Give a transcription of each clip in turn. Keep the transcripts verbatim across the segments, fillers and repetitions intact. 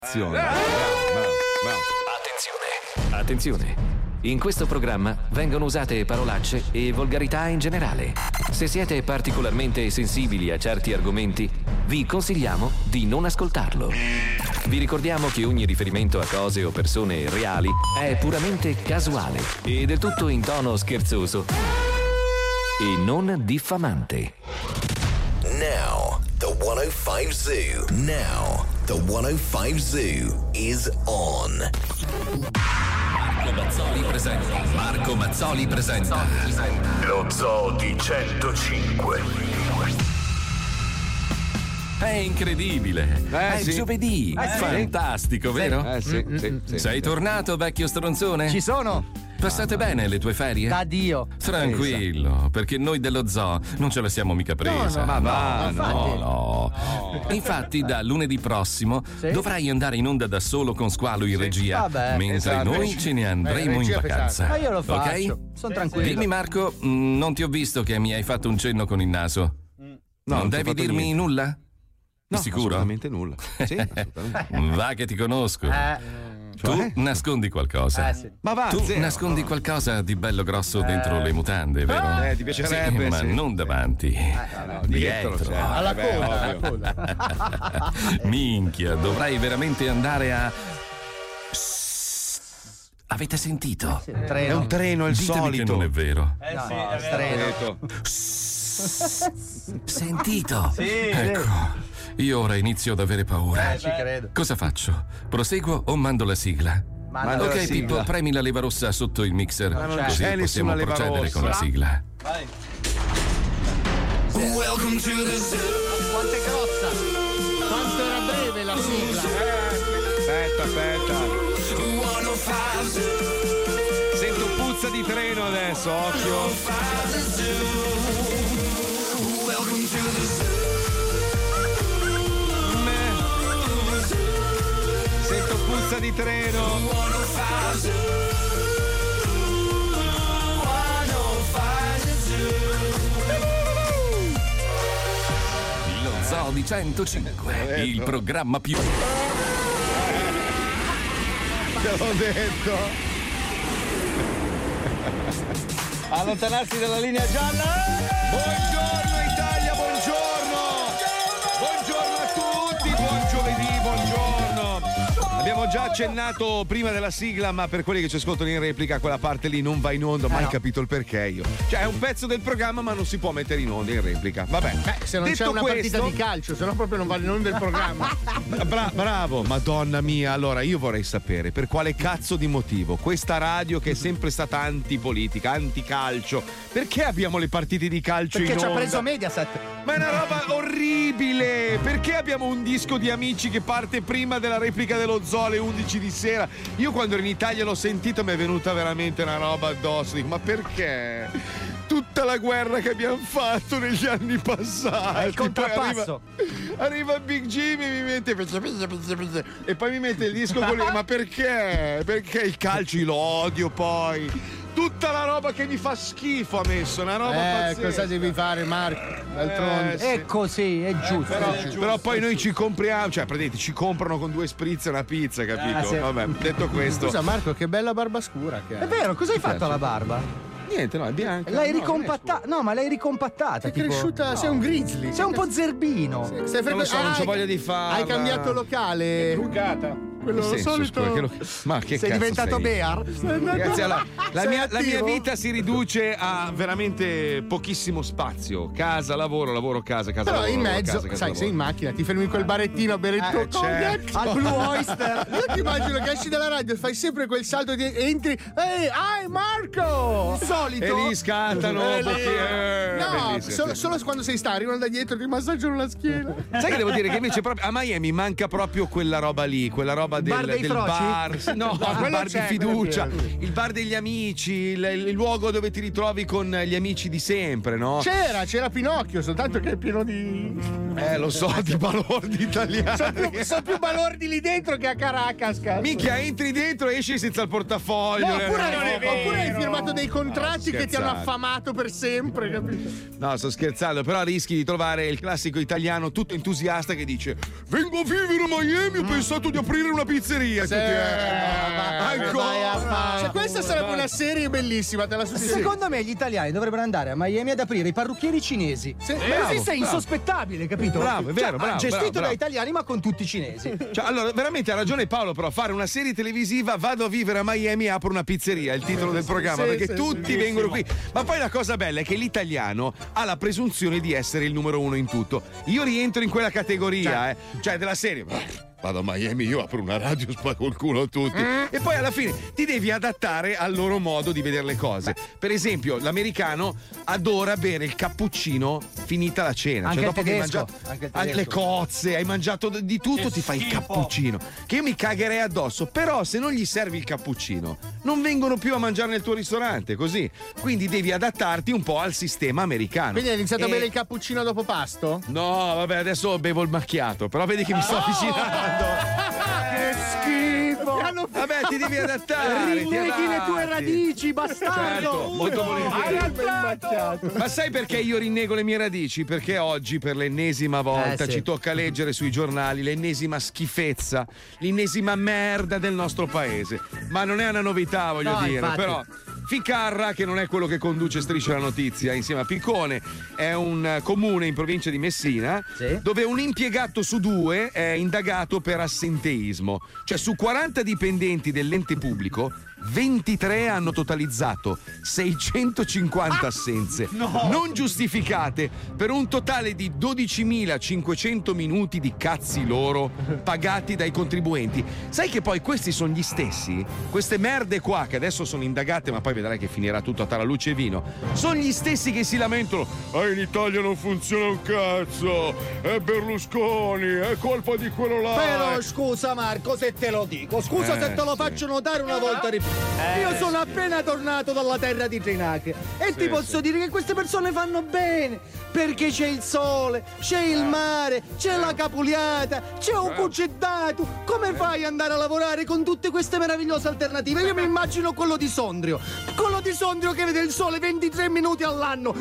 Attenzione. Attenzione. Attenzione. In questo programma vengono usate parolacce e volgarità in generale. Se siete particolarmente sensibili a certi argomenti, vi consigliamo di non ascoltarlo. Vi ricordiamo che ogni riferimento a cose o persone reali è puramente casuale e del tutto in tono scherzoso e non diffamante. Now, the one oh five Zoo. Now, the one oh five Zoo is on. Marco Mazzoli presenta. Marco Mazzoli presenta. Lo Zoo di centocinque. È incredibile. Eh, è sì. giovedì. Eh, sì. Fantastico, vero? Eh sì, sì, sì. Sei tornato, vecchio stronzone? Ci sono. Passate bene le tue ferie? Da Dio. Tranquillo, perché noi dello zoo non ce la siamo mica presa. No, no, Ma va, no, No, no. no. Infatti, da lunedì prossimo Sì? dovrai andare in onda da solo con Squalo in regia, Vabbè. mentre Esatto. noi ce ne andremo Eh, in regia vacanza. Ma io lo faccio. Ok? Sono tranquillo. Dimmi, Marco, mh, non ti ho visto che mi hai fatto un cenno con il naso. No, non non ti ho devi fatto dirmi niente. nulla? No, Sicuro? assolutamente nulla. Sì, assolutamente. Va che ti conosco. Eh, Tu Cioè? nascondi qualcosa. eh sì. Ma va, Tu zero. nascondi qualcosa di bello grosso dentro le mutande, vero? Eh, ti piacerebbe, Sì, ma sì. non davanti. No, dietro, Dietro. cioè. Alla Eh, beh, coda, alla ovvio. coda. Minchia, dovrai veramente andare a... Avete sentito? È Treno. un treno, il Ditemi solito. che non è vero. No, treno. Sentito? Ecco, io ora inizio ad avere paura. Eh, ci credo. Cosa faccio? Proseguo o mando la sigla? Manda ok, la sigla. Pippo, premi la leva rossa sotto il mixer. non c'è. Così C'è possiamo nessuna leva procedere rossa. con la sigla. Quanto è grossa. Quanto era breve la sigla. Aspetta, aspetta. Sento puzza di treno adesso, occhio. Me. Sento puzza di treno. Lo Zoo di centocinque, il programma più... Te l'ho detto. Allontanarsi dalla linea gialla. Buongiorno Italia, buongiorno. Buongiorno a tutti, buon giovedì, buongiorno. Abbiamo già accennato prima della sigla, ma per quelli che ci ascoltano in replica, quella parte lì non va in onda, ho mai no. capito il perché io. Cioè è un pezzo del programma, ma non si può mettere in onda in replica. Vabbè. Beh, se non Detto c'è una questo- partita di calcio, se no proprio non va in onda il programma. Bra- bravo, madonna mia. Allora io vorrei sapere per quale cazzo di motivo questa radio, che è sempre stata antipolitica, anticalcio, perché abbiamo le partite di calcio Perché in ci ha onda? preso Mediaset. Ma è una roba orribile! Perché abbiamo un disco di Amici che parte prima della replica dello Zoo alle undici di sera? Io quando ero in Italia l'ho sentito, mi è venuta veramente una roba addosso. Dico, ma perché? Tutta la guerra che abbiamo fatto negli anni passati. È il contrappasso. Poi arriva, arriva Big Jimmy, mi mette e poi mi mette il disco con lui. Ma perché? Perché il calcio io lo odio poi. Tutta la roba che mi fa schifo ha messo, una roba Eh, pazzesca. cosa devi fare, Marco? D'altronde. Eh, sì. È così, è giusto. Però, è giusto. però poi noi ci compriamo, cioè praticamente ci comprano con due spritz e una pizza, capito? Ah, sì. Vabbè, detto questo. Scusa, Marco, che bella barba scura che hai. È vero, cosa hai fatto alla barba? Niente, no, è bianca. L'hai No, ricompattata. No, ma l'hai ricompattata. Sei tipo... cresciuta, sei un grizzly. Sei un po' zerbino. Sei Non lo frequ- so, non Ah, c'ho voglia di farla. Hai cambiato locale. Bucata. Quello Che senso, solito. scusa, che lo- Ma che Sei cazzo diventato sei? Bear? Ragazzi, allora, la, Sei mia, la mia attivo? vita si riduce a veramente pochissimo spazio. Casa, lavoro, lavoro, casa, casa, Però lavoro, in lavoro, mezzo, casa, casa, sai, lavoro. sei in macchina, ti fermi in quel barettino a bere il tuo Eh, cognac. certo. Al Blue Oyster. Io ti immagino che esci dalla radio e fai sempre quel salto di entri. Ehi, hi Marco! Solito. E lì scattano. Eh, lì. perché- eh, No, bellissimo, solo, sì. solo quando sei sta, arrivano da dietro, ti massaggiano la schiena. Sai che devo dire che invece proprio a Miami manca proprio quella roba lì, quella roba roba del bar dei del froci? bar, sì, no, No, il quello bar di c'è, fiducia, quello il bar degli amici, il, il luogo dove ti ritrovi con gli amici di sempre, no? C'era, c'era Pinocchio, soltanto che è pieno di. Eh, lo so, di balordi italiani. Sono più, sono più balordi lì dentro che a Caracas, cazzo. Minchia, entri dentro e esci senza il portafoglio. No, eh, oppure, no, oppure hai no. firmato dei contratti No, che ti hanno scherzate. affamato per sempre, capito? No, sto scherzando, però rischi di trovare il classico italiano tutto entusiasta che dice: vengo a vivere a Miami, ho pensato di aprire una pizzeria. Sì, Tutti, eh, vai a ancora. fare. Cioè, questa sarebbe una serie bellissima, te la suggerisco. Secondo me gli italiani dovrebbero andare a Miami ad aprire i parrucchieri cinesi. Sì, Così bravo, sei bravo. insospettabile, capito? Bravo, è vero, Cioè, bravo, gestito bravo, da bravo. italiani, ma con tutti cinesi. Cioè, allora, veramente ha ragione Paolo, però fare una serie televisiva, vado a vivere a Miami e apro una pizzeria, è il titolo del programma, Sì, perché sì, tutti bellissimo. vengono qui. Ma poi la cosa bella è che l'italiano ha la presunzione di essere il numero uno in tutto. Io rientro in quella categoria, eh. Cioè della serie. Vado a Miami, io apro una radio, spacco il culo a tutti. E poi alla fine ti devi adattare al loro modo di vedere le cose. Per esempio, l'americano adora bere il cappuccino finita la cena. Anche cioè, il dopo che hai tedesco, mangiato anche il anche le tedesco. cozze, hai mangiato di tutto, ti fai il cappuccino. Che io mi cagherei addosso. Però se non gli servi il cappuccino, non vengono più a mangiare nel tuo ristorante, così. Quindi devi adattarti un po' al sistema americano. Quindi hai iniziato E- a bere il cappuccino dopo pasto? No, vabbè, adesso bevo il macchiato, però vedi che mi sto avvicinando. Che schifo! Vabbè, ti devi adattare. ti Rileghi le tue adatti. radici, bastardo! Certo, molto volentieri. Ma sai perché io rinnego le mie radici? Perché oggi, per l'ennesima volta, Eh, sì. ci tocca leggere sui giornali l'ennesima schifezza, l'ennesima merda del nostro paese. Ma non è una novità, voglio No, dire, infatti. però. Ficarra, che non è quello che conduce Striscia la Notizia, insieme a Piccone, è un eh, comune in provincia di Messina, Sì. dove un impiegato su due è indagato per assenteismo. Cioè, su quaranta dipendenti dell'ente pubblico, ventitré hanno totalizzato seicentocinquanta assenze non giustificate, per un totale di dodicimilacinquecento minuti di cazzi loro pagati dai contribuenti. Sai che poi questi sono gli stessi, queste merde qua che adesso sono indagate, ma poi vedrai che finirà tutto a taraluce e vino, sono gli stessi che si lamentano: ah, in Italia non funziona un cazzo, è Berlusconi, è colpa di quello là. Però scusa Marco se te lo dico, scusa Eh, se te lo sì. faccio notare una volta di più. Io sono appena tornato dalla terra di Trinache e ti posso dire che queste persone fanno bene, perché c'è il sole, c'è il mare, c'è la capuliata, c'è un cuccettato. Come fai ad andare a lavorare con tutte queste meravigliose alternative? Io mi immagino quello di Sondrio, quello di Sondrio che vede il sole ventitré minuti all'anno.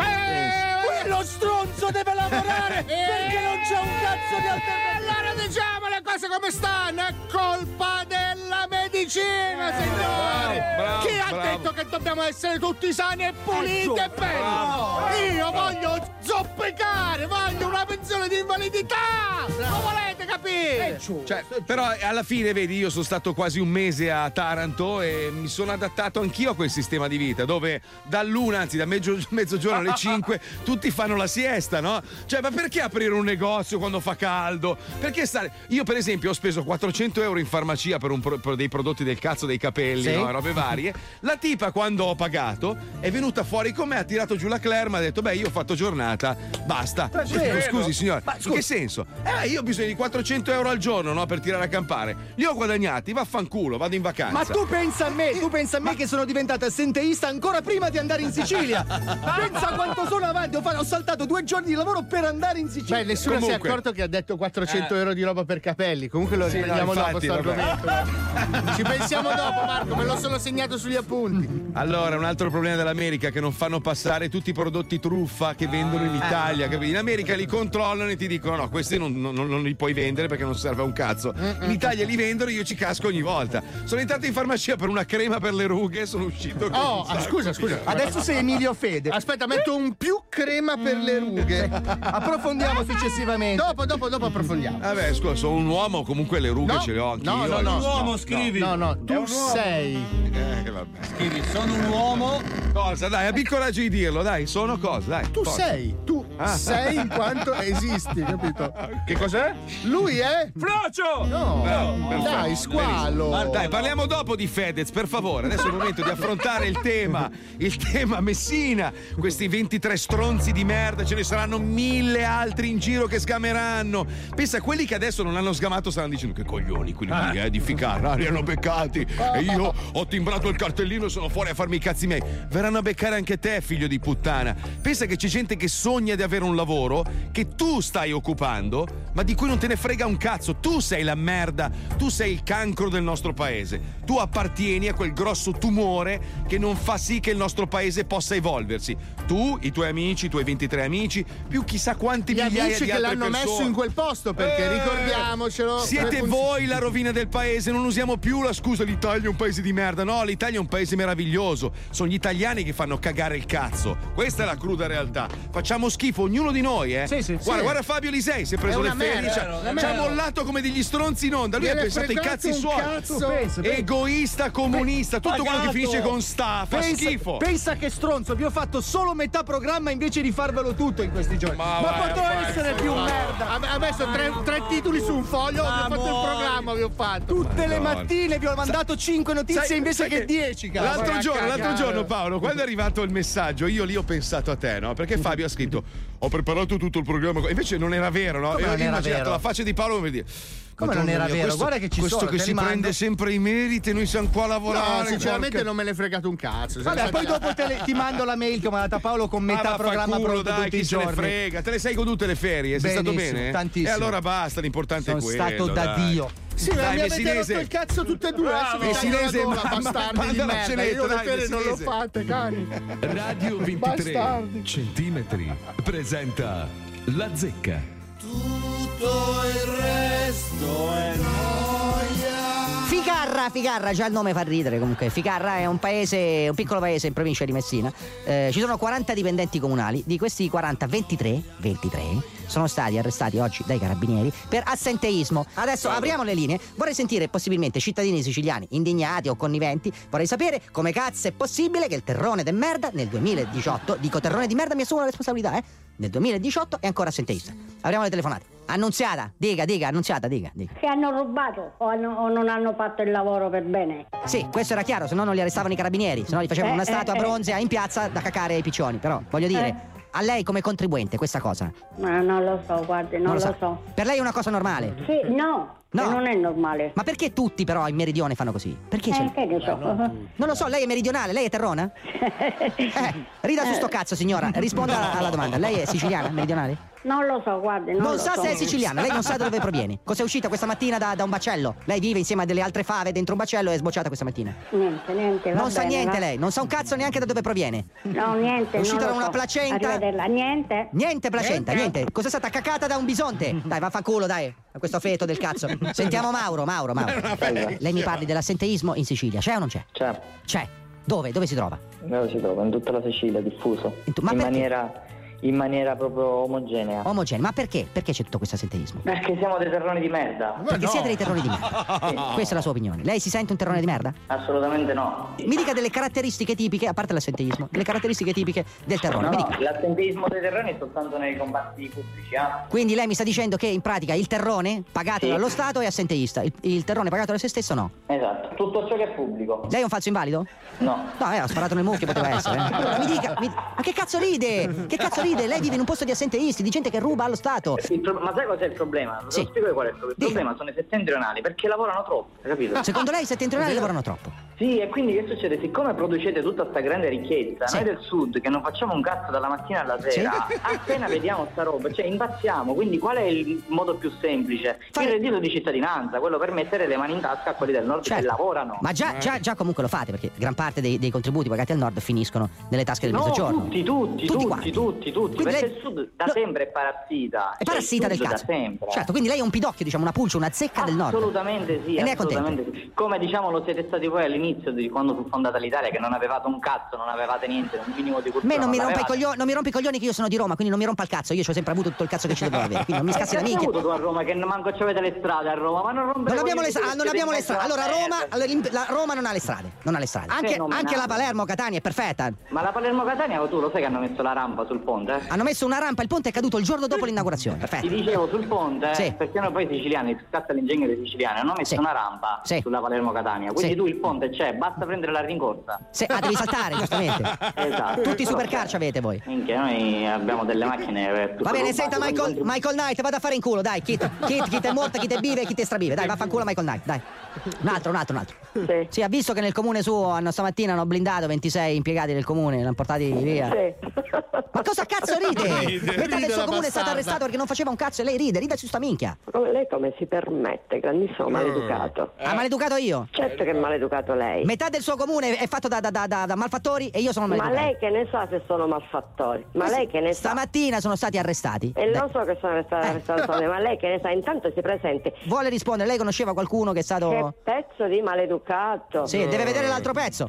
Quello stronzo deve lavorare perché non c'è un cazzo di alternativa. Allora diciamo le cose come stanno, è colpa della medicina, signori! bravo, Chi ha bravo. detto che dobbiamo essere tutti sani e puliti e belli? Io voglio zoppicare, voglio una pensione di invalidità! Lo volete capire? Cioè, però alla fine, vedi, io sono stato quasi un mese a Taranto e mi sono adattato anch'io a quel sistema di vita dove dall'una, anzi da mezzo- mezzogiorno alle cinque, tutti fanno la siesta, no? Cioè, ma perché aprire un negozio quando fa caldo? Perché stare. Io, per esempio, ho speso quattrocento euro in farmacia per, un pro- per dei prodotti del cazzo dei capelli, Sì. no? E robe varie. La tipa, quando ho pagato, è venuta fuori con me, ha tirato giù la Claire, mi ha detto: beh, io ho fatto giornata, basta. Ho detto, vero? scusi, signore, Ma in scusi. che senso? Eh, io ho bisogno di quattrocento euro al giorno, no? Per tirare a campare. Li ho guadagnati, vaffanculo, vado in vacanza. Ma tu pensa a me, tu pensa a me che sono diventata assenteista ancora prima di andare in Sicilia. Pensa quanto sono avanti, ho, fatto- ho saltato due giorni di lavoro per andare in Sicilia. Beh, nessuno si è Comunque. accorto che ha detto quattrocento euro di roba per capelli. Comunque lo Sì, no, riprendiamo dopo infatti, questo vabbè. argomento. Ci pensiamo dopo, Marco, me lo sono segnato sugli appunti. Allora, un altro problema dell'America è che non fanno passare tutti i prodotti truffa che vendono in Italia, capito? In America li controllano e ti dicono: no, questi non, non- non li puoi vendere perché non serve a un cazzo. In Italia li vendono e io ci casco ogni volta. Sono entrato in farmacia per una crema per le rughe e sono uscito con Oh, un sacco ah, scusa, di- scusa. Adesso sei Emilio Fede. Aspetta, metto un più crema per le rughe. Approfondiamo successivamente. Dopo, dopo, dopo approfondiamo. Vabbè, scusa, sono un uomo, comunque le rughe No, ce le ho anch'io. no, no, no. Un uomo, scrivi. No, no, tu sei. vabbè. Sono un uomo. Cosa? Dai, abbi il coraggio di dirlo, dai, sono cosa, dai. Tu forza. sei. sei, tu Ah. sei in quanto esisti, capito? Che cos'è? Lui è Frocio! No, No, perfetto. dai, squalo. Dai, parliamo dopo di Fedez, per favore. Adesso è il momento di affrontare il tema. Il tema Messina. Questi ventitré stronzi di merda, ce ne saranno mille altri in giro che sgameranno. Pensa a quelli che adesso non hanno sgamato, staranno dicendo che coglioni quelli lì, eh, di Ficarra, li hanno beccati. E io ho timbrato il cartellino e sono fuori a farmi i cazzi miei. Verranno a beccare anche te, figlio di puttana. Pensa che c'è gente che sogna di avere un lavoro che tu stai occupando, ma di cui non te ne frega un cazzo. Tu sei la merda, tu sei il cancro del nostro paese. Tu appartieni a quel grosso tumore che non fa sì che il nostro paese possa evolversi. Tu, i tuoi amici, i tuoi ventitré amici, più chissà quanti Gli migliaia amici di che altre l'hanno persone. messo in quel posto, perché Eh, ricordiamocelo. Siete come voi la rovina del paese, non usiamo più la scusa l'Italia è un paese di merda. No, l'Italia è un paese meraviglioso. Sono gli italiani che fanno cagare il cazzo. Questa è la cruda realtà. Facciamo schifo ognuno di noi, eh. Sì, sì, guarda, sì. guarda Fabio Lisei, si è preso È le una ferie, merda, ci ha- una ci ha merda. mollato come degli stronzi in onda. Lui ha Viene pensato ai fregato cazzi un suoi. cazzo. Pensa, pensa. Egoista, comunista, tutto quello che Pagato. finisce con sta, fa Pensa, schifo. pensa che stronzo, vi ho fatto solo metà programma invece di farvelo tutto in questi giorni. Ma Ma, vai a potevo fare essere più merda. Ha ha messo tre, tre titoli su un foglio, vi ho fatto il Amore. programma, vi ho fatto. Tutte le Madonna. mattine vi ho mandato cinque notizie Sai- invece sai che dieci, cazzo. L'altro Vai a giorno, l'altro cagare. giorno, Paolo, quando è arrivato il messaggio, io lì ho pensato a te, no? Perché Fabio ha scritto: ho preparato tutto il programma. Invece non era vero, no? Come E ho non era immaginato vero? la faccia di Paolo per dire. Come non Madonna era mia, vero? Questo, Guarda che ci questo sono, che te si li mando. prende sempre i meriti, noi siamo qua a lavorare. No, sinceramente porca- non me ne è fregato un cazzo. Vabbè, poi dopo te le- ti mando la mail che ho mandato a Paolo con Ah, metà programma vaffanculo, pronto dai, tutti chi i se ne giorni. frega? Te le sei godute le ferie? Sei stato Benissimo, bene? tantissimo. E allora basta, l'importante Sono è quello. stato da dai. Dio. Sì, ma Dai, mi avete messinese. rotto il cazzo tutte e due. Adesso vi Messinese, taglio la gola, ma- ma- bastardi di manda la merda. cenetta, Io le dai, ferie non le ho messinese. fatte, cani. Radio ventitré Bastardi. centimetri presenta La Zecca. Ficarra, Ficarra, già il nome fa ridere comunque. Ficarra è un paese, un piccolo paese in provincia di Messina. Eh, ci sono quaranta dipendenti comunali, di questi quaranta, ventitré, ventitré sono stati arrestati oggi dai carabinieri per assenteismo. Adesso apriamo le linee, vorrei sentire possibilmente cittadini siciliani indignati o conniventi. Vorrei sapere come cazzo è possibile che il terrone de merda nel duemiladiciotto, dico terrone di merda, mi assumo la responsabilità, eh? Nel duemiladiciotto è ancora assenteista. Apriamo le telefonate. Annunziata, dica, dica, Annunziata, dica, dica. Che hanno rubato o, hanno- o non hanno fatto il lavoro per bene? Sì, questo era chiaro, se no non li arrestavano i carabinieri, se no gli facevano Eh, una statua eh, eh. bronzea in piazza da cacare ai piccioni. Però, voglio dire, a lei come contribuente questa cosa Ma non lo so, guardi, non, lo sa. so. Per lei è una cosa normale? Sì, no, No. che non è normale. Ma perché tutti però in meridione fanno così? Perché c'è... Eh, che ne so. Non lo so, lei è meridionale, lei è terrona? Eh, rida su sto cazzo signora, risponda alla, alla domanda. Lei è siciliana, meridionale? Non lo so, guardi, non, Non lo sa so. se è siciliana, lei non sa da dove proviene. Cos'è uscita questa mattina da, da un bacello? Lei vive insieme a delle altre fave dentro un bacello e è sbocciata questa mattina. Niente, niente, va Non sa bene, niente va. lei, non sa un cazzo neanche da dove proviene. No, niente, È uscita non da lo una so. placenta? Arrivederla. Niente. Niente placenta, niente. Cos'è stata cacata da un bisonte? Dai, vaffanculo, dai, a questo feto del cazzo. Sentiamo Mauro, Mauro, Mauro. Lei mi parli dell'assenteismo in Sicilia, c'è o non c'è? C'è, C'è. Dove? Dove si trova? dove si trova? In tutta la Sicilia, diffuso. In tu- ma in perché? maniera in maniera proprio omogenea. Omogeneo. Ma perché? Perché c'è tutto questo assenteismo? Perché siamo dei terroni di merda. Perché siete dei terroni di merda. Questa è la sua opinione. Lei si sente un terrone di merda? Assolutamente no. Mi dica delle caratteristiche tipiche, a parte l'assenteismo, delle caratteristiche tipiche del terrone. No, Mi no, dica. l'assenteismo dei terreni è soltanto nei comparti pubblici, eh? Quindi lei mi sta dicendo che in pratica il terrone pagato Sì. dallo Stato è assenteista, il, il terrone pagato da se stesso no. Esatto, tutto ciò che è pubblico. Lei è un falso invalido? No. No, eh, ho sparato nel mucchio, poteva essere. Eh. Mi dica, mi- ma che cazzo ride? Che cazzo ride? Lei vive in un posto di assenteisti, di gente che ruba allo Stato. Il pro- ma sai cos'è il problema? Te Sì. lo spiego qual è il problema. Il Dica. problema sono i settentrionali perché lavorano troppo, hai capito? Secondo lei i settentrionali lavorano troppo? Sì, e quindi che succede? Siccome producete tutta sta grande ricchezza, Sì. noi del sud che non facciamo un cazzo dalla mattina alla sera, appena vediamo sta roba, cioè impazziamo, quindi qual è il modo più semplice? Fare- Il reddito di cittadinanza, quello per mettere le mani in tasca a quelli del nord Certo. che lavorano. Ma già, già, già comunque lo fate, perché gran parte dei, dei contributi pagati al nord finiscono nelle tasche del No, mezzogiorno. tutti, tutti, tutti, quanti? tutti, tutti, Quindi perché lei- il sud da no, sempre è parassita. È cioè, parassita il del sud cazzo. Da sempre. Certo, quindi lei è un pidocchio, diciamo, una pulce, una zecca del nord. Assolutamente sì, E ne è contento? assolutamente sì. Come diciamo lo siete stati voi all'inizio all'inizio di quando fu fondata l'Italia che non avevate un cazzo, non avevate niente, un minimo di cultura. Me non mi, rompa i avevate. coglioni, non mi rompi i coglioni che io sono di Roma, quindi non mi rompa il cazzo. Io ci ho sempre avuto tutto il cazzo che ci dovevo avere. Quindi non mi scassi la Che minchia. hai avuto tu a Roma che manco c'avete le strade a Roma, ma non rompere Non abbiamo i le, coglioni ah, non che abbiamo le siete in strade. Allora mezzo alla Roma, merda. allora, la Roma non ha le strade. Non ha le strade. Anche, Fenomenale. anche la Palermo Catania è perfetta. Ma la Palermo Catania tu lo sai che hanno messo la rampa sul ponte? Hanno messo una rampa, il ponte è caduto il giorno dopo l'inaugurazione. Perfetto. Ti dicevo sul ponte, Sì. perché noi poi siciliani, scassa l'ingegno dei siciliani, hanno messo Sì. una rampa Sì. sulla Palermo Catania. Quindi Sì. tu il ponte c'è, basta prendere la rincorsa. Se, ah, devi saltare, giustamente. Esatto. Tutti i Però supercar c'è. ci avete voi. Minchia, noi abbiamo delle macchine per tutto Va bene, rubato, senta con Michael, contributi. Michael Knight, vada a fare in culo, dai. Chi, chi, chi te morta, chi te vive, chi te stravive. Dai, vaffanculo Michael Knight, dai. Un altro, un altro, un altro. Sì. Sì, ha visto che nel comune suo hanno stamattina hanno blindato ventisei impiegati del comune, li hanno portati via. Ma cosa cazzo ride? Ride, Metà ride del suo la comune è stato bastarda. arrestato perché non faceva un cazzo e lei ride, ride su sta minchia. Come lei come si permette? Grandissimo maleducato. Ha maleducato io? Certo che è maleducato lei. Metà del suo comune è fatto da, da, da, da, da malfattori e io sono Ma maleducato. lei che ne sa se sono malfattori? Ma lei che ne sa? Stamattina sono stati arrestati. E Beh, non so che sono stati arrestati, ma lei che ne sa? Intanto si presente. vuole rispondere, lei conosceva qualcuno che è stato... Che pezzo di maleducato. Sì, deve vedere l'altro pezzo.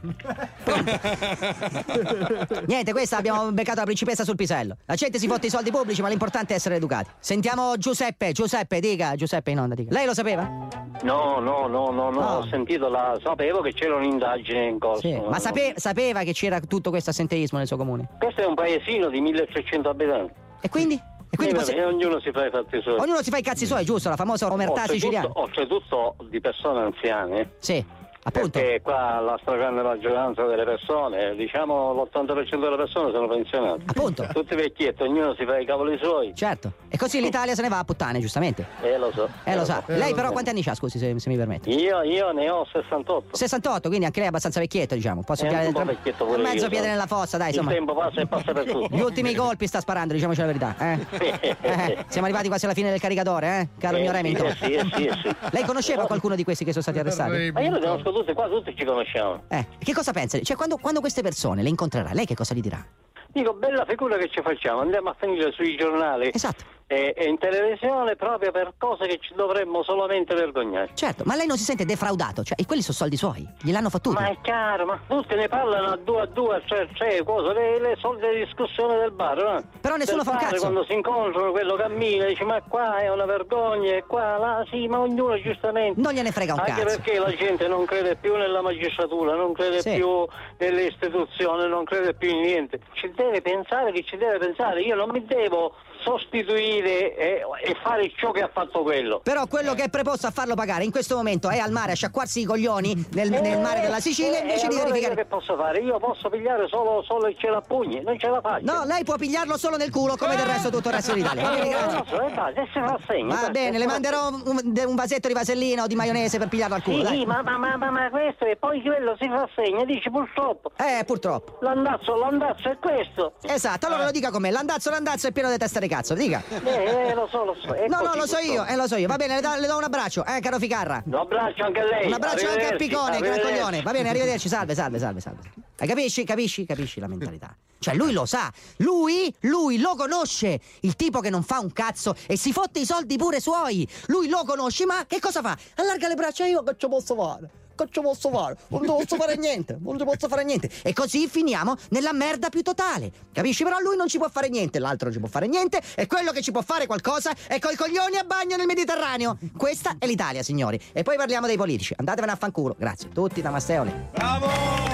Niente, questa abbiamo beccato la principessa sul pisello. La gente si fotte i soldi pubblici, ma l'importante è essere educati. Sentiamo Giuseppe, Giuseppe, dica, Giuseppe in onda, dica. Lei lo sapeva? No, no, no, no, no, No. ho sentito la. Sapevo che c'era un'indagine in corso. Sì. Ma sape- sapeva che c'era tutto questo assenteismo nel suo comune? Questo è un paesino di milletrecento abitanti. E quindi? E quindi Eh, possi- vabbè, ognuno si fa i fatti suoi. ognuno si fa i cazzi suoi, giusto? La famosa omertà siciliana. Oltretutto di persone anziane. Sì, appunto. Perché qua la stragrande maggioranza delle persone, diciamo l'ottanta per cento delle persone sono pensionate. Appunto. Tutti vecchietti, ognuno si fa i cavoli suoi. Certo. E così l'Italia se ne va a puttane, giustamente. Eh lo so. Eh lo sa. so. Lei però quanti anni ha, scusi, se, se mi permette? Io, io ne ho sessantotto. sessantotto, quindi anche lei è abbastanza vecchietto, diciamo. Posso È pigliare un po' dentro- vecchietto pure un mezzo io, piede so. nella fossa, dai, Il insomma. tempo passa e passa per tutti. Gli ultimi colpi sta sparando, diciamoci la verità, eh? Eh, siamo arrivati quasi alla fine del caricatore, eh? Caro Eh, mio sì, Remington. eh, sì, eh, sì, eh, sì. Lei conosceva qualcuno di questi che sono stati arrestati? Ma io lo conosco tutti, qua tutti ci conosciamo. Eh, che cosa pensa? Cioè, quando, quando queste persone le incontrerà, lei che cosa gli dirà? Dico, bella figura che ci facciamo, andiamo a finire sui giornali Esatto. e, e in televisione proprio per cose che ci dovremmo solamente vergognare. Certo, ma lei non si sente defraudato? Cioè, e quelli sono soldi suoi, gliel'hanno fottuti. Ma è chiaro, ma tutti ne parlano a due a due, a tre a tre, cose, le, le solite discussioni del bar, no? Però nessuno Del fa un bar, cazzo. Quando si incontrano, quello cammina, dice ma qua è una vergogna, e qua, là, sì, ma ognuno giustamente. Non gliene frega un Anche cazzo. perché la gente non crede più nella magistratura, non crede Sì. più nelle istituzioni, non crede più in niente. Ci deve pensare chi ci deve pensare, io non mi devo sostituire e, e fare ciò che ha fatto quello. Però quello che è preposto a farlo pagare in questo momento è al mare a sciacquarsi i coglioni nel, nel mare della Sicilia Eh, invece eh, di allora verificare. io che posso fare? Io posso pigliare solo, solo il celapugni, non ce la faccio. No, lei può pigliarlo solo nel culo come del resto tutto il resto d'Italia. Va bene, Eh, grazie. non so, eh, dai, adesso me la segno, Va dai, bene, adesso le me la manderò un, un vasetto di vasellina o di maionese per pigliarlo al culo, Sì, dai. ma, ma, ma, ma, ma questo e poi quello si fa segno, dici purtroppo. Eh, purtroppo. L'andazzo, l'andazzo è questo. Esatto, allora lo dica con me. L'andazzo, l'andazzo è pieno di testa di cazzo, dica. Eh, eh, lo so, lo so. è No, no, così, lo so io, purtroppo. eh, lo so io. Va bene, le do, le do un abbraccio, eh, caro Ficarra. Un abbraccio anche a lei. Un abbraccio anche a Arrivederci, Piccone, gran arrivederci. coglione. Va bene, arrivederci, salve, salve, salve, salve. Eh, capisci, capisci, capisci la mentalità. Cioè, lui lo sa, lui, lui lo conosce, il tipo che non fa un cazzo e si fotte i soldi pure suoi. Lui lo conosce, ma che cosa fa? Allarga le braccia, io che ci posso fare? Che ci posso fare? Non ci posso fare niente, non ci posso fare niente. E così finiamo nella merda più totale. Capisci? Però lui non ci può fare niente, l'altro non ci può fare niente, e quello che ci può fare qualcosa è coi coglioni a bagno nel Mediterraneo. Questa è l'Italia, signori. E poi parliamo dei politici. Andatevene a fanculo. Grazie. Tutti da Masseoli. Bravo!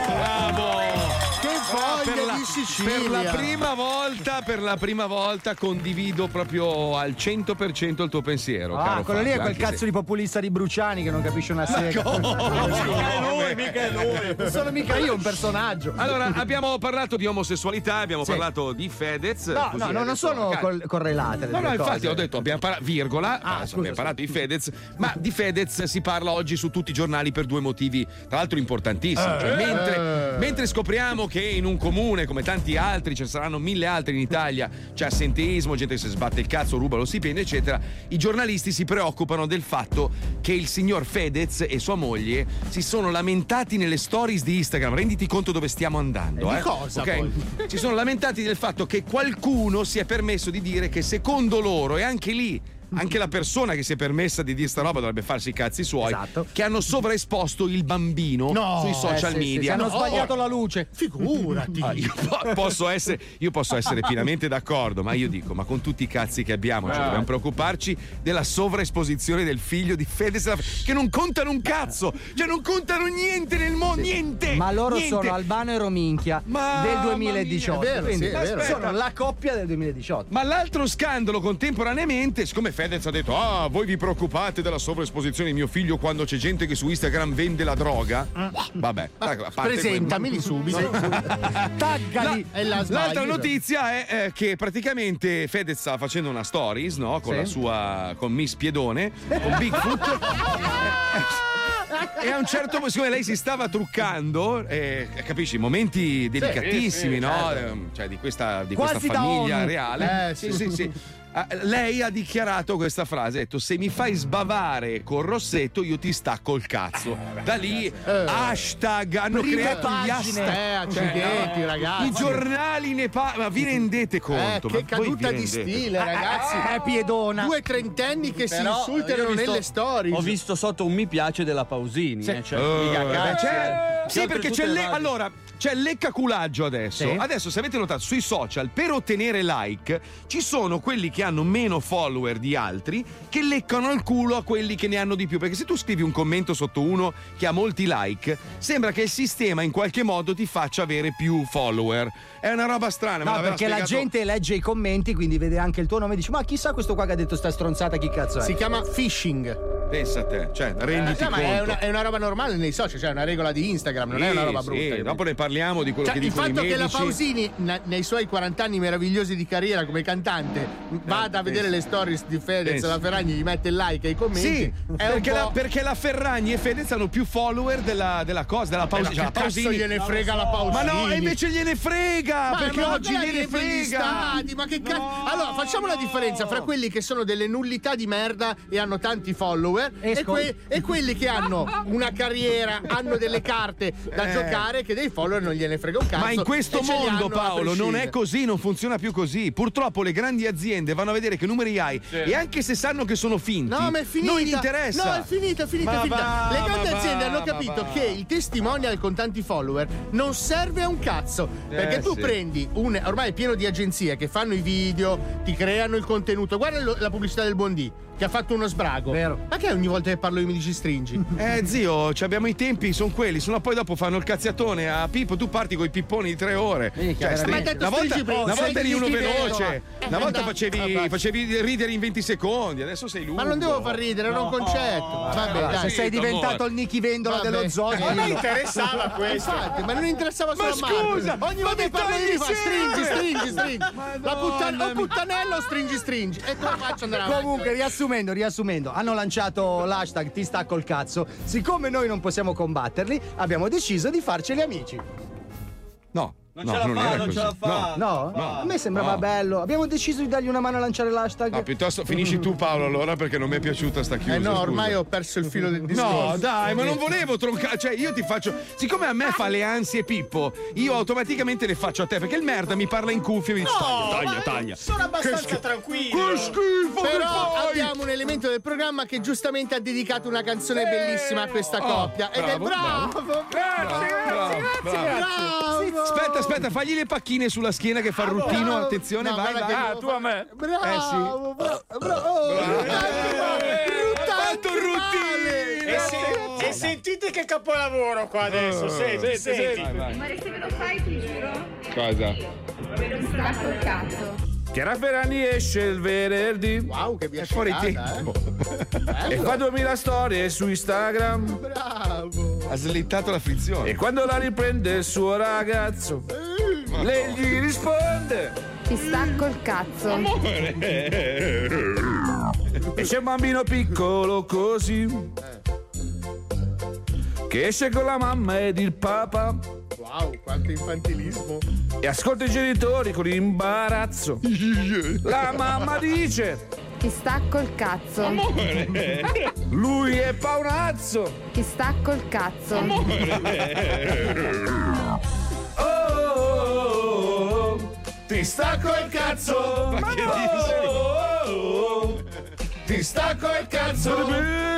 Bravo! Che voglia per la, di Sicilia. per la prima volta, per la prima volta condivido proprio al cento per cento il tuo pensiero. Ah, caro quello lì è Fabio, quel anche cazzo se- di populista di Bruciani che non capisce una sega. mica è lui, mica è lui. Non sono mica io un personaggio. Allora, abbiamo parlato di omosessualità, abbiamo Sì. parlato di Fedez. No, così no, no, non adesso- sono Cal- col- correlate. le No, no, due infatti cose. ho detto, abbiamo parlato, virgola, Ah, adesso scusa, abbiamo parlato di Fedez, ma di Fedez si parla oggi su tutti i giornali per due motivi, tra l'altro importantissimi. Cioè, Eh. mentre, mentre scopriamo che in un comune, come tanti altri, ce ne saranno mille altri in Italia, c'è assenteismo, gente che si sbatte il cazzo, ruba lo stipendio, eccetera, i giornalisti si preoccupano del fatto che il signor Fedez e sua moglie si sono lamentati nelle stories di Instagram. Renditi conto dove stiamo andando. E di eh? cosa, Ok? poi? Si sono lamentati del fatto che qualcuno si è permesso di dire che secondo loro, e anche lì anche la persona che si è permessa di dire sta roba dovrebbe farsi i cazzi suoi, esatto. Che hanno sovraesposto il bambino no, sui social eh, sì, media. Sì, hanno no, sbagliato oh, la luce. Figurati. Ah, io, po- posso essere, io posso essere pienamente d'accordo, ma io dico, ma con tutti i cazzi che abbiamo, cioè, dobbiamo preoccuparci della sovraesposizione del figlio di Fedez, che non contano un cazzo, cioè non contano niente nel mondo, sì. niente. Ma loro niente. sono Albano e Rominchia ma, del duemiladiciotto. È vero, quindi sì, è vero. sono la coppia del duemiladiciotto. Ma l'altro scandalo contemporaneamente, siccome Fedez ha detto ah voi vi preoccupate della sovraesposizione di mio figlio quando c'è gente che su Instagram vende la droga, mm. vabbè, a parte presentameli subito. Taggali. La, l'altra notizia è eh, che praticamente Fedez sta facendo una stories, no? Con sì. la sua con Miss Piedone, con Bigfoot. E a un certo punto, siccome lei si stava truccando, eh, capisci, momenti delicatissimi, sì, sì, no? Certo. Cioè di questa, di questa famiglia reale. Eh, sì, sì, sì. sì. Lei ha dichiarato questa frase, ha detto se mi fai sbavare col rossetto io ti stacco il cazzo. Da lì eh. hashtag hanno Prime creato pagine. gli hashtag, eh, accidenti, cioè, ragazzi. I giornali ne parlano, ma vi rendete conto? Eh, che caduta di stile, ragazzi. Eh, eh, Piedona. Due trentenni che Però si insultano visto, nelle stories. Ho visto sotto un mi piace della Pausini. Sì. Eh, cioè, oh, mica cazzo, c'è, eh. sì, perché c'è le, allora c'è il leccaculaggio adesso. Sì. Adesso, se avete notato, sui social per ottenere like ci sono quelli che hanno meno follower di altri che leccano il culo a quelli che ne hanno di più. Perché se tu scrivi un commento sotto uno che ha molti like, sembra che il sistema in qualche modo ti faccia avere più follower. È una roba strana. No, me perché spiegato... la gente legge i commenti, quindi vede anche il tuo nome e dice: ma chissà questo qua che ha detto sta stronzata, chi cazzo è? Si chiama phishing. Pensa a te, cioè, renditi eh, conto. Ma è una, è una roba normale nei social, cioè è una regola di Instagram, non sì, è una roba brutta. Sì, dopo ne parliamo di quello cioè, che il dicono i fatto medici. che la Pausini na, nei suoi quaranta anni meravigliosi di carriera come cantante vada eh, a vedere le stories di Fedez, penso. La Ferragni gli mette il like ai commenti. Sì, è perché, un la, po'... perché la Ferragni e Fedez hanno più follower della, della cosa, della Pausini. Cioè, la Pausini cazzo gliene frega so. la Pausini. Ma no, e invece gliene frega, ma perché ma oggi gliene frega. Stati, ma che cazzo? No. Allora, facciamo la differenza fra quelli che sono delle nullità di merda e hanno tanti follower e, que- e quelli che hanno una carriera, hanno delle carte da eh. giocare che dei follower non gliene frega un cazzo. Ma in questo mondo, Paolo, non è così, non funziona più così. Purtroppo le grandi aziende vanno a vedere che numeri hai sì. e anche se sanno che sono finti, no, ma è finita. non gli interessa. No, è finita, è finita, ma è finita. Va, le grandi aziende va, hanno capito va. che il testimonial con tanti follower non serve a un cazzo. Eh, perché tu sì. prendi un ormai è pieno di agenzie che fanno i video, ti creano il contenuto. Guarda lo, la pubblicità del Bondi che ha fatto uno sbrago. Vero. Ma che ogni volta che parlo io mi dici stringi? Eh zio, abbiamo i tempi, sono quelli, sennò poi dopo fanno il cazziatone a Pippo, tu parti con i pipponi di tre ore. Mica, cioè, ma detto una volta, prima, una volta eri uno veloce, una volta no, facevi, vabbè. facevi ridere in venti secondi, adesso sei lungo. Ma non devo far ridere, era un concetto. Vabbè, allora, dai. se sei diventato il Nichi Vendola Vabbè. dello zoo, Ma non interessava questo. Infatti, ma non interessava solo ma a Marco. scusa, ogni ma volta che parlo io mi fa stringi, stringi, stringi. La puttan- o puttanello o stringi, stringi. E come faccio andare avanti? Comunque, riassumendo, riassumendo, hanno lanciato l'hashtag ti stacco il cazzo. Siccome noi non possiamo combatterli, abbiamo deciso di farceli amici. No. Non no, ce la non fa, era non così. ce la fa. No? No. A me sembrava No. bello. Abbiamo deciso di dargli una mano a lanciare l'hashtag. No, piuttosto finisci tu Paolo allora perché non mi è piaciuta sta chiusa. Eh no, scusa. ormai ho perso il filo del discorso. No, dai, ma non volevo troncare. Cioè, io ti faccio. Siccome a me fa le ansie Pippo, io automaticamente le faccio a te. Perché il merda mi parla in cuffia e mi dice: No, taglia, ma taglia, taglia. Sono abbastanza Che schifo. tranquillo. Che schifo, Però che fai? abbiamo un elemento del programma che giustamente ha dedicato una canzone bellissima a questa Oh, coppia. Ed è bravo, bravo, Grazie, bravo, grazie, grazie. bravo. Aspetta, aspetta, fagli le pacchine sulla schiena che fa il ruttino. bravo. Attenzione, No, vai, guarda vai. che Ah, devo tu a me. Bravo, Eh sì. bravo, bravo. Oh, fatto il ruttino. E, se- e sentite che capolavoro qua adesso. Senti, senti. Ma se ve lo fai, ti giuro, Cosa? mi stacco il cazzo. Chiara Ferragni esce il venerdì. Wow, che È fuori biascicata, tempo. eh. E fa duemila storie su Instagram. Bravo. Ha slittato la frizione. E quando la riprende il suo ragazzo, lei gli risponde: Ti stacco il cazzo. e c'è un bambino piccolo così che esce con la mamma ed il papà. Wow, quanto infantilismo. E ascolta i genitori con imbarazzo. La mamma dice: Ti stacco il cazzo. lui è paonazzo. Ti stacco il cazzo. Oh, oh, oh, ti stacco il cazzo. Ma che oh, oh, oh, ti stacco il cazzo.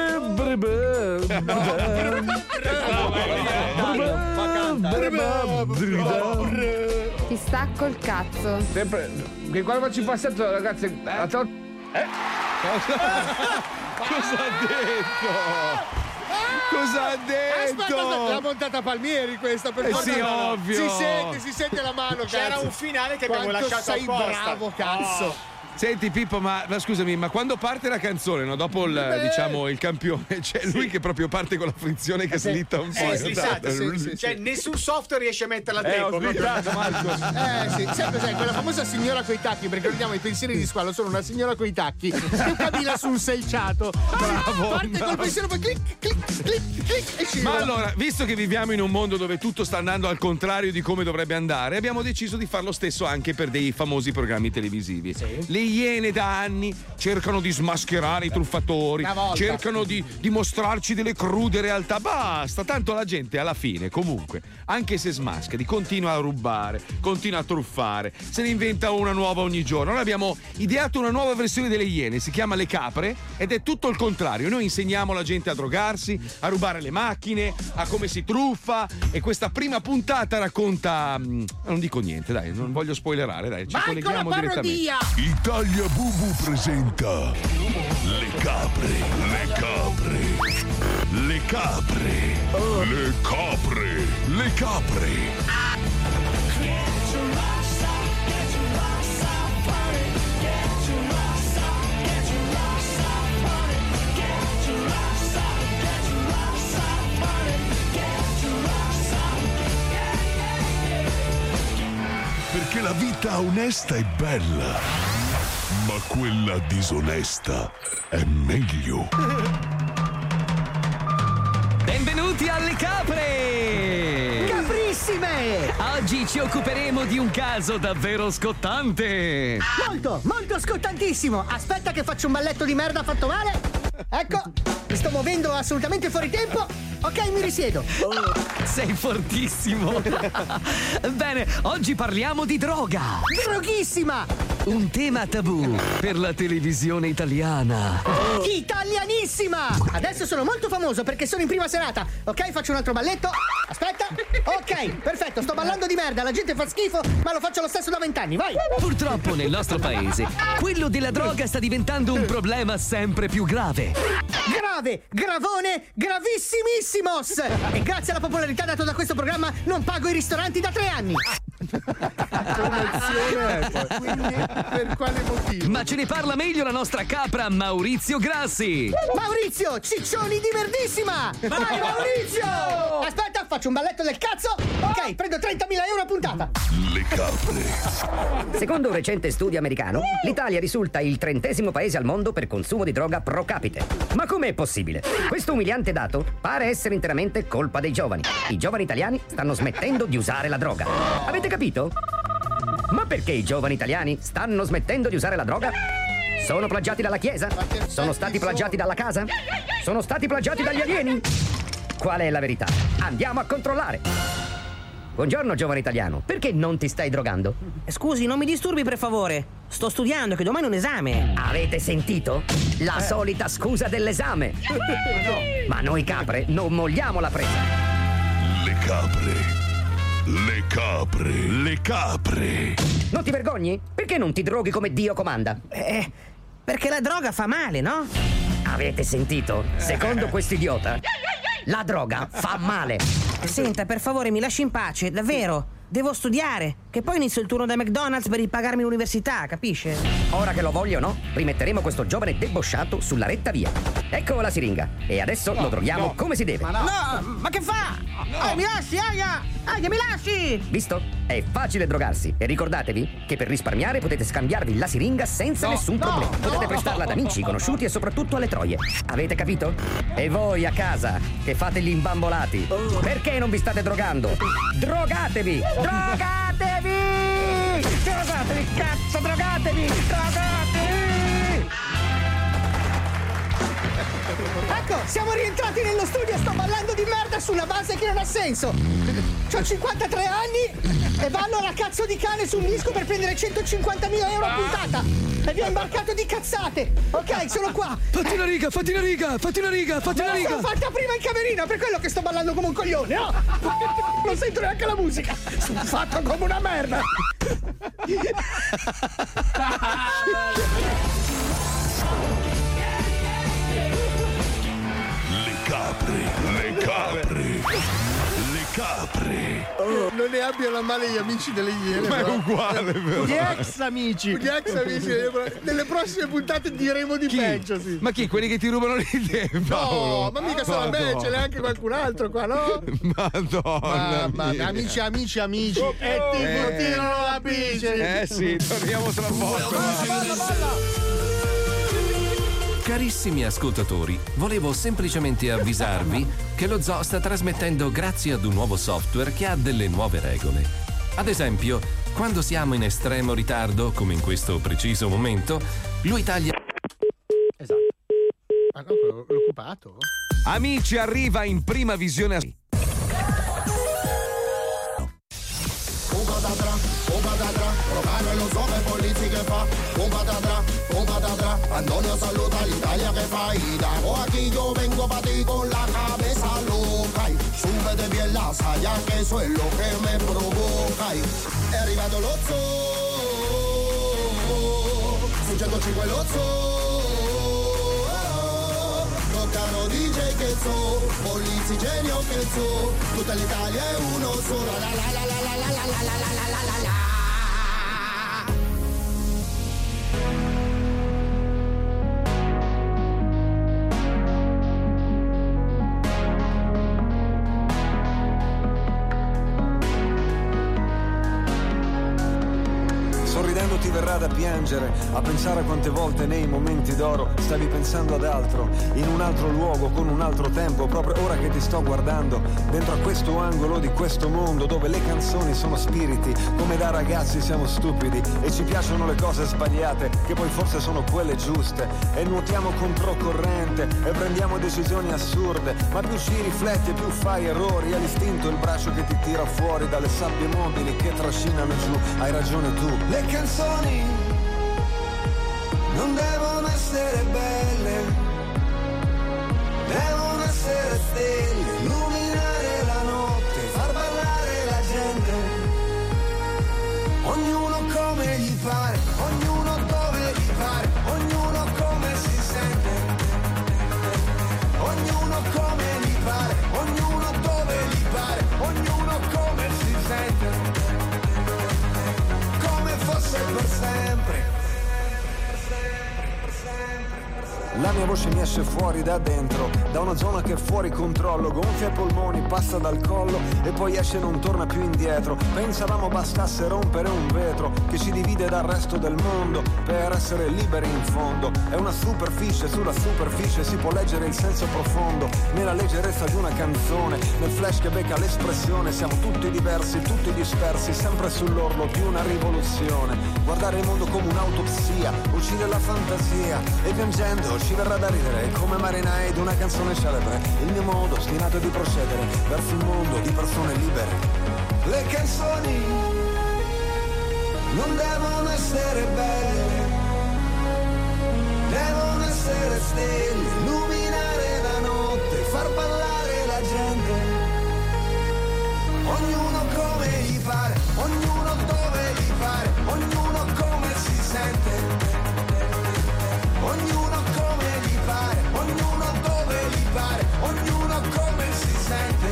Ti stacco il cazzo. Sempre. Che quando faccio il passato, ragazzi. La to- eh? Cosa? Cosa ha detto? Cosa ha detto? Aspetta, aspetta, l'ha montata Palmieri questa per eh forza. sì, ovvio. Si sente, si sente la mano, cazzo. C'era un finale che abbiamo Quanto lasciato sei apposta. bravo, cazzo. Oh. Senti Pippo, ma, ma scusami, ma quando parte la canzone, no? Dopo il, Beh. diciamo il campione, c'è lui che proprio parte con la frizione che slitta un po'. Eh, slissata, sì, sì, cioè nessun software riesce a metterla a Eh, tempo. ho slittato, Marco. Eh sì, sai cos'è? Quella famosa signora coi tacchi, perché ricordiamo i pensieri di squalo sono una signora coi tacchi che cammina su un selciato. Bravo, Parte bravo. col pensiero, poi clic, clic, clic, clic e scivola. Ma allora, visto che viviamo in un mondo dove tutto sta andando al contrario di come dovrebbe andare, abbiamo deciso di fare lo stesso anche per dei famosi programmi televisivi. Le Iene da anni cercano di smascherare i truffatori, Una volta. cercano di, di mostrarci delle crude realtà. Basta, tanto la gente alla fine, comunque, anche se smascheri, continua a rubare, continua a truffare, se ne inventa una nuova ogni giorno. Noi abbiamo ideato una nuova versione delle Iene, si chiama Le Capre ed è tutto il contrario. Noi insegniamo la gente a drogarsi, a rubare le macchine, a come si truffa, e questa prima puntata racconta mh, non dico niente, dai, non voglio spoilerare, dai, ci Vai con la colleghiamo direttamente. parodia! Italia Bubu presenta Le capre, le capre, le capre, le capre, le capre. Perché la vita onesta è bella, ma quella disonesta è meglio. Benvenuti alle capre! Caprissime! Oggi ci occuperemo di un caso davvero scottante. Molto, molto scottantissimo! Aspetta che faccio un balletto di merda fatto male! Ecco, mi sto muovendo assolutamente fuori tempo. Ok, mi risiedo. Oh, sei fortissimo. Bene, oggi parliamo di droga. Droghissima! Un tema tabù per la televisione italiana. Italianissima! Adesso sono molto famoso perché sono in prima serata. Ok, faccio un altro balletto. Aspetta. Ok, perfetto, sto ballando di merda. La gente fa schifo, ma lo faccio lo stesso da vent'anni. Vai! Purtroppo nel nostro paese quello della droga sta diventando un problema sempre più grave. Grave, gravone, gravissimos! E grazie alla popolarità data da questo programma non pago i ristoranti da tre anni. Quindi per quale motivo? Ma ce ne parla meglio la nostra capra Maurizio Grassi. Maurizio, ciccioni di merdissima! Vai Maurizio! Aspetta, faccio un balletto del cazzo. Ok, prendo trentamila euro a puntata. Le capre. Secondo un recente studio americano, l'Italia risulta il trentesimo paese al mondo per consumo di droga pro capite. Ma com'è possibile? Questo umiliante dato pare essere interamente colpa dei giovani. I giovani italiani stanno smettendo di usare la droga. Avete capito? Ma perché i giovani italiani stanno smettendo di usare la droga? Sono plagiati dalla Chiesa? Sono stati plagiati dalla casa? Sono stati plagiati dagli alieni? Qual è la verità? Andiamo a controllare. Buongiorno giovane italiano, perché non ti stai drogando? Scusi, non mi disturbi per favore. Sto studiando, che domani è un esame. Avete sentito? La Eh. solita scusa dell'esame. Ma noi capre non mogliamo la presa. Le capre. Le capre. Le capre. Non ti vergogni? Perché non ti droghi come Dio comanda? Eh, perché la droga fa male, no? Avete sentito? Secondo quest'idiota, la droga fa male. Senta, per favore, mi lasci in pace, davvero. Devo studiare, che poi inizio il turno da McDonald's per ripagarmi l'università, capisce? Ora che lo voglio o no, rimetteremo questo giovane debosciato sulla retta via. Ecco la siringa. E adesso lo droghiamo no. come si deve. Ma no, no ma che fa? Ah, mi lasci, aia! Aia, mi lasci! Visto? È facile drogarsi. E ricordatevi che per risparmiare potete scambiarvi la siringa senza No, nessun no, problema. Potete no. prestarla ad amici, conosciuti e soprattutto alle troie. Avete capito? E voi a casa, che fate gli imbambolati, perché non vi state drogando? Drogatevi! Drogatevi! Drogatevi, cazzo, drogatevi! Drogatevi! Ecco, siamo rientrati nello studio e sto ballando di merda su una base che non ha senso. C'ho cinquantatré anni e ballo alla cazzo di cane su un disco per prendere centocinquantamila euro a puntata. e vi ho imbarcato di cazzate. Ok, sono qua. Fatti una riga, fatti una riga, fatti una riga, fatti una Me la riga. sono fatta prima in camerino, per quello che sto ballando come un coglione, no? Non sento neanche la musica. Sono fatto come una merda. Le capre, le capre, le capre. Oh, non ne abbiano a male gli amici delle Iene. Ma è però. uguale, però. Gli ex amici. Gli ex amici. Nelle prossime puntate diremo di Chi? peggio, sì. Ma chi? Quelli che ti rubano l'idea? No, ma mica solo a me, ce n'è anche qualcun altro qua, no? Madonna Mamma, mia. amici, amici, amici. Oh, e ti eh. continuano la bici. Eh sì, torniamo tra poco. Carissimi ascoltatori, volevo semplicemente avvisarvi che lo Zoo sta trasmettendo grazie ad un nuovo software che ha delle nuove regole. Ad esempio, quando siamo in estremo ritardo, come in questo preciso momento, lui taglia... Esatto. Ah no, l'ho occupato? Amici, arriva in prima visione a... Un patatra, un patatra, Rocano lo so che polizi che fa. Un patatra, un patatra, Antonio saluta l'Italia che fa. Y dago aquí yo vengo pa' ti con la cabeza loca. Y súbete bien la saya que eso es lo que me provoca. Y è arrivato lo zoo, su centocinque lo zoo. Rocano D J che so, Polizzi genio che so. Tutta l'Italia è uno solo. La la la la la la la la la la la la la. Sorridendo ti verrà da piangere, a pensare a quante volte nei momenti d'oro stavi pensando ad altro, in un altro luogo, con un altro tempo, proprio ora che ti sto guardando, dentro a questo angolo di questo mondo dove le canzoni sono spiriti, come da ragazzi siamo stupidi e ci piacciono le cose sbagliate, che poi forse sono quelle giuste, e nuotiamo controcorrente e prendiamo decisioni assurde, ma più ci rifletti e più fai errori, è l'istinto il braccio che ti tira fuori dalle sabbie mobili che trascinano giù, hai ragione tu. Le canzoni non devono essere belle, devono essere stelle, illuminare la notte, far ballare la gente, ognuno come gli pare, ognuno dove gli pare, ognuno come si sente, ognuno come gli pare, ognuno dove gli pare, ognuno come si sente, fosse per sempre. La mia voce mi esce fuori da dentro, da una zona che è fuori controllo, gonfia i polmoni, passa dal collo e poi esce e non torna più indietro. Pensavamo bastasse rompere un vetro che ci divide dal resto del mondo per essere liberi in fondo. È una superficie, sulla superficie si può leggere il senso profondo, nella leggerezza di una canzone, nel flash che becca l'espressione. Siamo tutti diversi, tutti dispersi, sempre sull'orlo di una rivoluzione. Guardare il mondo come un'autopsia uccide la fantasia e piangendo ci verrà da ridere come marinai di una canzone celebre. Il mio modo ostinato di procedere verso un mondo di persone libere. Le canzoni non devono essere belle, devono essere stelle, illuminare la notte, far ballare la gente, ognuno come gli pare, ognuno dove gli pare, ognuno come si sente, ognuno come gli pare, ognuno dove gli pare, ognuno come si sente,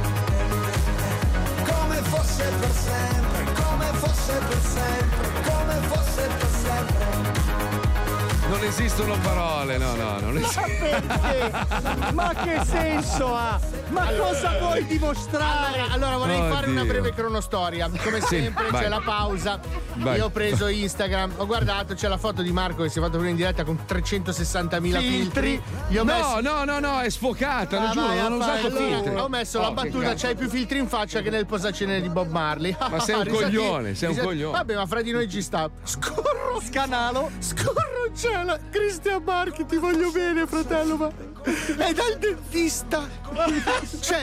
come fosse per sempre, come fosse per sempre, come fosse per sempre. Non esistono parole, no, no, non Ma esistono. perché? Ma che senso ha? Ma Allora, cosa vuoi dimostrare? Allora, allora vorrei Oddio. fare una breve cronostoria. Come Sì, sempre vai. c'è la pausa. Vai. Io ho preso Instagram, ho guardato, c'è la foto di Marco che si è fatto venire in diretta con trecentosessantamila filtri. Gli ho no, messo... no, no, no, è sfocata, Ah, lo giuro, vai, non ho vai, usato allora, filtri. Ho messo Oh, la che battuta, cazzo. c'hai più filtri in faccia che nel posacenere di Bob Marley. Ma sei un Risati- coglione, sei un risati- coglione. Vabbè, ma fra di noi ci sta. Scorro, scanalo, scorro in cielo. Cristian Marchi, ti voglio bene, fratello, ma è dal dentista. Cioè, lui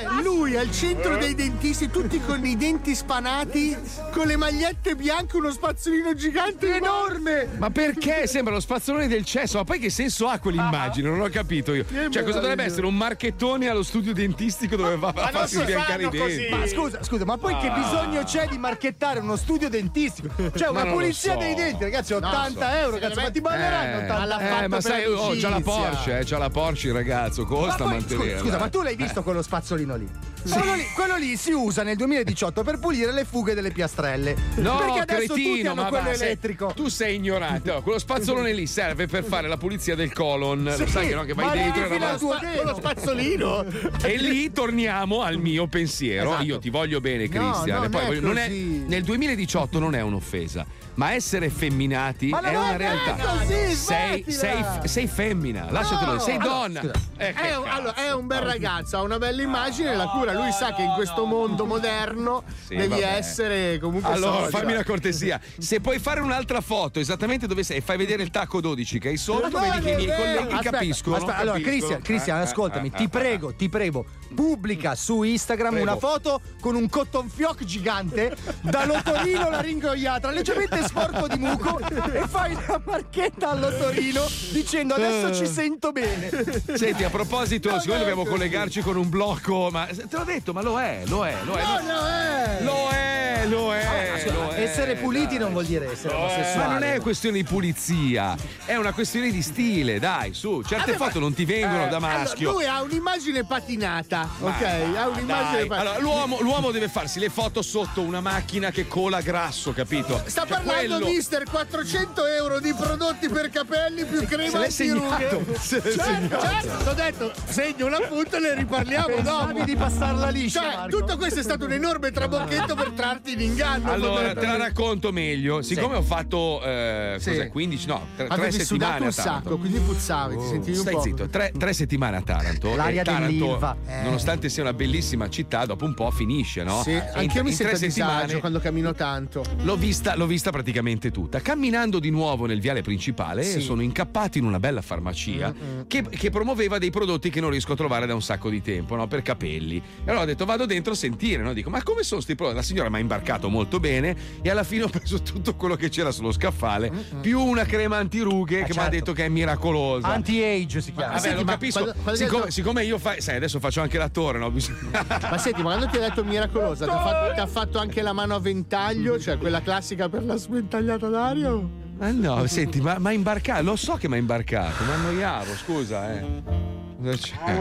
lui al centro dei dentisti, tutti con i denti spanati, con le magliette bianche, uno spazzolino gigante enorme. Ma perché sembra lo spazzolone del cesso? Ma poi che senso ha quell'immagine? Non ho capito io. Cioè, cosa dovrebbe essere? Un marchettone allo studio dentistico dove va a farsi sbiancare i denti? Ma scusa, scusa, ma poi che bisogno c'è di marchettare uno studio dentistico? Cioè, una Ma non lo pulizia so. dei denti, ragazzi, ottanta so. euro, cazzo, ma ti balleranno Eh, ottanta eh, ma sai, oh, c'ha la Porsche, eh, c'ha la Porsche il ragazzo, costa Ma poi, mantenerla. scusa, scusa, ma tu l'hai visto Eh. quello spazzolino lì? Quello lì? Quello lì si usa nel duemiladiciotto per pulire le fughe delle piastrelle. No, perché adesso tutti cretino, hanno ma quello va, sei- elettrico. tu sei ignorante. Oh, quello spazzolone lì serve per fare la pulizia del colon. Sì, Lo sai che, no, che vai ma dentro e arrivi roba- fino al tuo Con lo spazzolino. E lì torniamo al mio pensiero. Esatto. Io ti voglio bene, No, Cristian. non e poi è voglio- non è- così. nel duemiladiciotto non è un'offesa, ma essere effeminati Ma non è una è realtà. così, sei, sei, smettila. sei femmina, lasciatelo, sei Allora, donna. scusa, Eh, che è, un, cazzo. allora, è un bel ragazzo, ha una bella immagine, la cura. Lui sa che in questo mondo moderno Sì, devi vabbè. essere comunque Allora, social. fammi una cortesia. Se puoi fare un'altra foto esattamente dove sei e fai vedere il tacco dodici che hai sotto, Ma vedi che i miei non è vero. colleghi Aspetta, capiscono. aspetta, allora, capiscono. Cristian, Cristian, Eh, ascoltami, eh, ti eh, prego, ti prego, pubblica su Instagram Prego. una foto con un cotton fioc gigante dall'otorino laringoiatra, leggermente sporco di muco, e fai la marchetta all'otorino dicendo adesso ci sento bene. Senti, a proposito, siccome dobbiamo collegarci con un blocco, ma te l'ho detto, ma lo è, lo è, lo è. No, no, è. Lo è, lo è. Ah, scusa, lo è, essere puliti dai. non vuol dire essere Lo è. omosessuali. Ma non è questione di pulizia, è una questione di stile, dai, su. Certe Vabbè, foto non ti vengono eh, da maschio. Allora, lui ha un'immagine patinata, Ma ok? Ha un'immagine dai. patinata. Allora, l'uomo, l'uomo deve farsi le foto sotto una macchina che cola grasso, capito? Sta Cioè, parlando quello- mister quattrocento euro di prodotti per capelli più crema Se l'è antirughe. segnato, se l'è Cioè, segnato. certo, t'ho detto, segno un appunto e ne riparliamo Pensavi dopo. di passarla liscia, Cioè, Marco. tutto questo è stato un enorme trabocchetto per trarti in inganno. Allora, te la racconto meglio. Siccome Sì. ho fatto eh, Sì. cos'è, quindici, no, tre, tre Avevi settimane sudato un a Taranto. sacco, quindi puzzavi, ti sentivi un Stai po'. zitto, tre, tre settimane a Taranto. L'aria e Taranto, dell'Ilva. Eh. nonostante sia una bellissima città, dopo un po' finisce, no? Sì, E in- anch'io mi in sento tre a disagio settimane quando cammino tanto. l'ho vista, l'ho vista praticamente tutta. Camminando di nuovo nel viale principale, Sì. sono incappato in una bella farmacia che, che promuoveva dei prodotti che non riesco a trovare da un sacco di tempo, no? Per capelli. E allora ho detto, vado dentro a sentire, no? Dico, ma come sono sti prodotti? La signora mi ha imbarcato molto bene e alla fine ho preso tutto quello che c'era sullo scaffale, più una crema antirughe Ah, che mi ha certo. detto che è miracolosa. Anti-age si chiama. Vabbè, senti, lo ma capisco. quando- quando siccome, detto- siccome io fai, sai, adesso faccio anche l'attore, no? Bisogna- Ma senti, ma quando ti ha detto miracolosa, ti ha fatto, ti ha fatto anche la mano a ventaglio, cioè quella classica per la sventagliata d'aria? o? Ma no, senti, ma ha imbarcato, lo so che mi ha imbarcato, mi annoiavo, scusa, eh. Cosa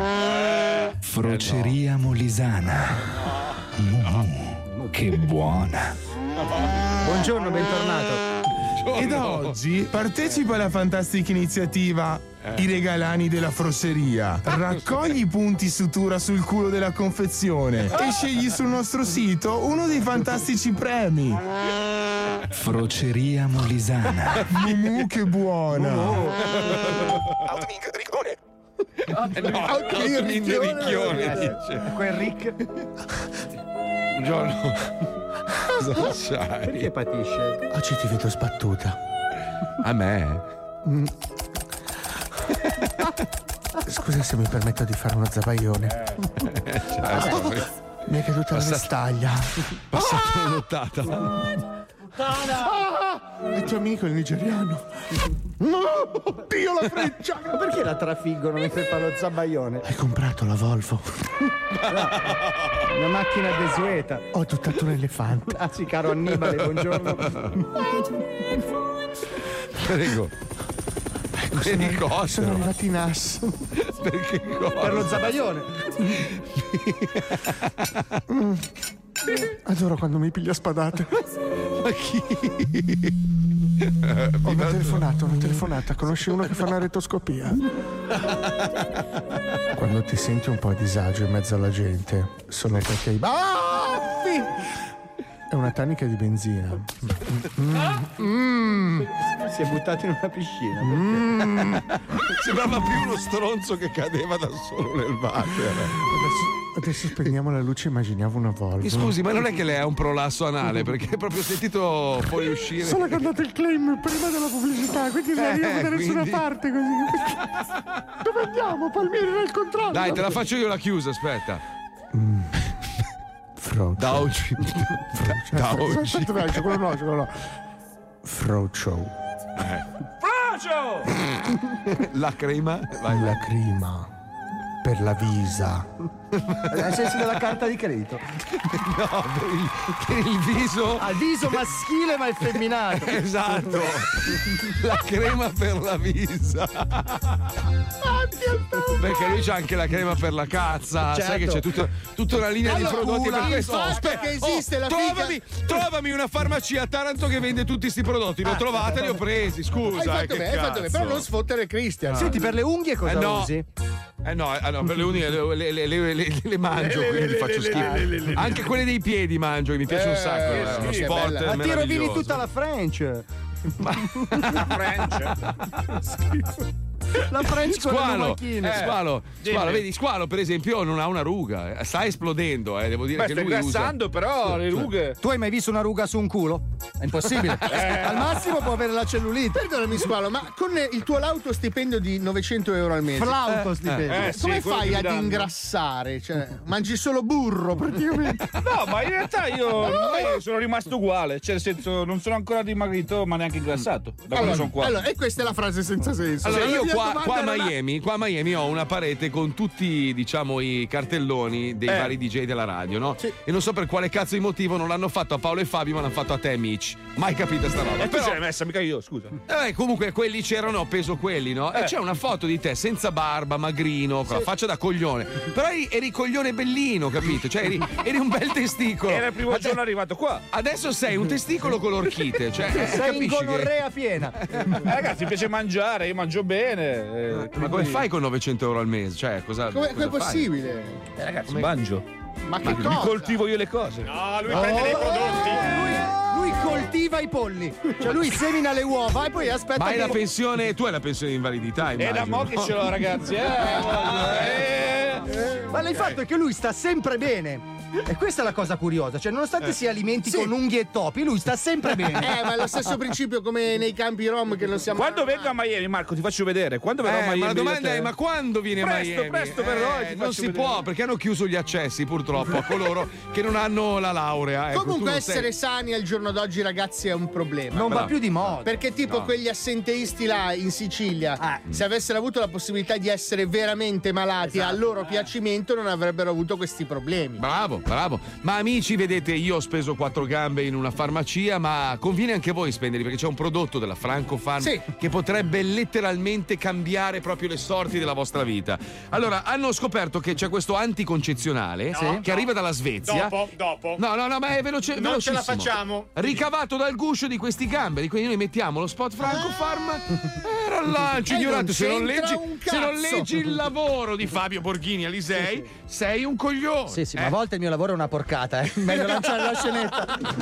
c'è? Froceria Molisana. Mm, che buona. Buongiorno, bentornato. Oh, E da oggi partecipa alla fantastica iniziativa I regalani della frosseria. Raccogli i punti sutura sul culo della confezione e scegli sul nostro sito uno dei fantastici premi. Froceria Molisana. Mumu, che buona. Eh, no, Autominio Ricchione dice. Quel Rick. Buongiorno. Cosa c'hai? Perché patisce? Oggi ti vedo sbattuta. A me? Scusa se mi permetto di fare uno zabaione. Certo. Mi è caduta la Passa- vestaglia. Passata la nottata. Ah! È tuo amico il nigeriano. No! Oddio la freccia! Ma perché la trafiggono mentre fa lo zabaione? Hai comprato la Volvo? Una macchina desueta. Ho adottato un elefante. Grazie, caro Annibale, buongiorno. Prego. Vedi cosa? Sono arrivati i N A S. Perché cosa? Per lo zabaione. Mm. Adoro quando mi piglia spadate. Ma chi? Ho una telefonata, una telefonata. Conosci uno che fa una retoscopia? Quando ti senti un po' a disagio in mezzo alla gente, sono perché i baffi! È una tanica di benzina. Mm, mm, Si è buttato in una piscina. mm. Sembrava più uno stronzo che cadeva da solo nel water. Adesso, adesso spegniamo la luce e immaginiamo una Volvo. Mi scusi, ma non è che lei ha un prolasso anale? Perché proprio ho sentito fuori uscire. Solo che ho dato il claim prima della pubblicità, quindi non arrivo Eh, da nessuna quindi- parte così. Dove andiamo? Palmieri nel controllo. Dai, te la faccio io la chiusa, aspetta. Frocio. Da oggi. Da oggi. Aspetta, aspetta, quello no, quello no. Frocio. Frocio! La crema? Vai. La crema per la visa. Nel senso della carta di credito. No, per il, per il viso. Al viso maschile ma effeminato. Esatto. La crema per la visa. Perché lui c'ha anche la crema per la cazza. Certo. Sai che c'è tutta, tutta una linea Allora, di prodotti una- per questo. il Oh, fatto aspetta, che esiste oh, la trovami, figa- trovami una farmacia a Taranto che vende tutti sti prodotti. L'ho trovata e li ho presi. Scusa. Hai eh, fatto che bene, hai fatto bene, cazzo. però non sfottere Christian. Senti, per le unghie cosa Eh, no. usi? Eh no, eh no, per le unghie le, le, le, le, le, le mangio, Le, le, quindi le, faccio le, schifo. le, le, le, le. Anche quelle dei piedi mangio, che mi piace un sacco. Eh, È uno sì, è sport bella. Ma ti rovini meraviglioso. tutta la French. La French con le Squalo, macchine. eh, squalo, Dimmi. squalo, vedi, squalo per esempio non ha una ruga, eh, sta esplodendo, eh, devo dire Beh, che sto lui usa. ingrassando, però le rughe. Tu hai mai visto una ruga su un culo? È impossibile. Al massimo può avere la cellulite. Perdonami, Squalo, ma con il tuo lauto stipendio di novecento euro al mese, Flauto stipendio. Eh, sì, come quello fai che mi ad danno. ingrassare? Cioè, mangi solo burro praticamente. No, ma in realtà io ormai sono rimasto uguale. Cioè, nel senso, non sono ancora dimagrito, ma neanche ingrassato. Da quando Allora, sono qua. allora, e questa è la frase senza senso. Allora Se io la mia qua, domanda qua a era una- Miami, qua a Miami ho una parete con tutti, diciamo, i cartelloni dei Eh. vari D J della radio, no? Sì. E non so per quale cazzo di motivo non l'hanno fatto a Paolo e Fabio, ma l'hanno fatto a te, Mitch. Mai capita sta roba. E tu Però- ce l'hai messa, mica io, scusa. Eh, comunque quelli c'erano, ho preso quelli, no? E Eh. c'è una foto di te senza barba, magrino, con la faccia da coglione. Però eri, eri coglione bellino, capito? Cioè eri, eri un bel testicolo. Era il primo Ade- giorno arrivato qua. Adesso sei un testicolo con l'orchite. Cioè, eh, Sei in capisci che- gonorrea piena. Eh, ragazzi, mi piace mangiare, io mangio bene. eh, Ma quindi- come fai con novecento euro al mese? Cioè, cosa. Come, cosa come è fai? possibile? Eh, ragazzi, mangio. Ma che Mi cosa? coltivo io le cose. No, lui prende dei prodotti. Lui coltiva i polli. Cioè lui semina le uova e poi aspetta Ma hai che... la pensione, tu hai la pensione di invalidità, E immagino. da mo' che no? ce l'ho, ragazzi. Eh, voglio, eh. Ma il fatto è che lui sta sempre bene. E questa è la cosa curiosa, cioè nonostante si alimenti Sì. con unghie e topi, lui sta sempre bene. Eh, ma è lo stesso principio come nei campi rom che non siamo. Quando vengo a Miami, Marco, ti faccio vedere. Quando verrò a Eh, Miami? ma la domanda io te- è: ma quando viene Presto, Miami? presto verrò e ti non faccio si vedere. può perché hanno chiuso gli accessi, purtroppo, a coloro che non hanno la laurea. Ecco, Comunque tu non sei- essere sani al giorno d'oggi, ragazzi, è un problema. Non va bravo. più di moda. Perché tipo No. quegli assenteisti là in Sicilia, Ah. se avessero avuto la possibilità di essere veramente malati Esatto. a loro piacimento, non avrebbero avuto questi problemi. Bravo, bravo. Ma amici, vedete, io ho speso quattro gambe in una farmacia, ma conviene anche a voi spenderli perché c'è un prodotto della Franco Farm Sì. che potrebbe letteralmente cambiare proprio le sorti della vostra vita. Allora, hanno scoperto che c'è questo anticoncezionale No, che no. arriva dalla Svezia. Dopo, dopo. No, no, no, ma è veloce. Non ce la velocissimo. facciamo. Ricavato dal guscio di questi gamberi, quindi noi mettiamo lo spot Franco Farm e rallancio, E ignorante. non Se non, c'entra leggi, un se non cazzo. leggi il lavoro di Fabio Borghini Alisei, sei un coglione. Sì, sì, Eh. ma a volte il mio lavoro è una porcata, eh. Meglio lanciare la scenetta.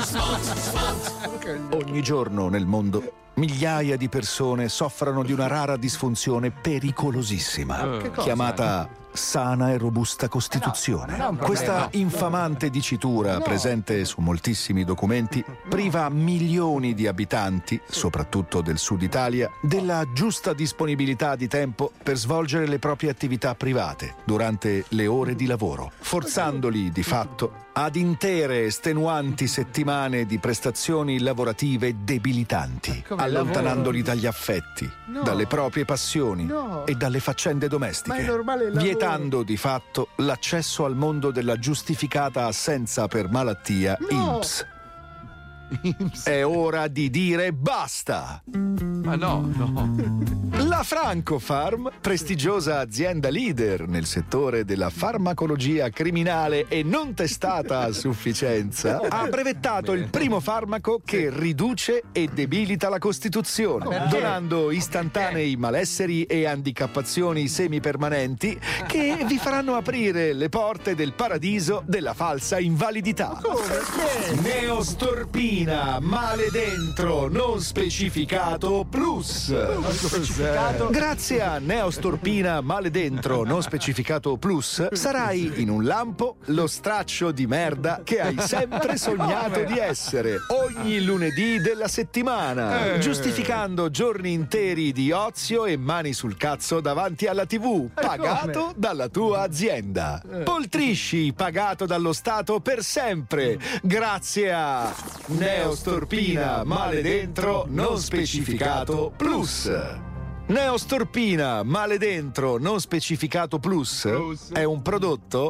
Ogni giorno nel mondo migliaia di persone soffrono di una rara disfunzione pericolosissima, Che cosa? chiamata sana e robusta costituzione. non è un problema. Questa infamante dicitura, presente su moltissimi documenti, priva milioni di abitanti, soprattutto del sud Italia, della giusta disponibilità di tempo per svolgere le proprie attività private durante le ore di lavoro, forzandoli di fatto ad intere estenuanti settimane di prestazioni lavorative debilitanti, Come allontanandoli lavoro? dagli affetti, No. dalle proprie passioni No. e dalle faccende domestiche, Ma è normale il lavoro. vietando di fatto l'accesso al mondo della giustificata assenza per malattia No. I N P S. È ora di dire basta! Ma no, no. La Franco Farm, prestigiosa azienda leader nel settore della farmacologia criminale e non testata a sufficienza, ha brevettato il primo farmaco che riduce e debilita la Costituzione, Perché? donando istantanei malesseri e handicappazioni semipermanenti che vi faranno aprire le porte del paradiso della falsa invalidità. Neostorpina, male dentro, non specificato, Plus. specificato. Grazie a Neostorpina Male Dentro Non Specificato Plus sarai in un lampo lo straccio di merda che hai sempre sognato di essere ogni lunedì della settimana, Eh. giustificando giorni interi di ozio e mani sul cazzo davanti alla tivù, pagato dalla tua azienda. Poltrisci pagato dallo Stato per sempre, grazie a Neostorpina Male Dentro Non Specificato Plus. Neostorpina Male Dentro Non Specificato Plus è un prodotto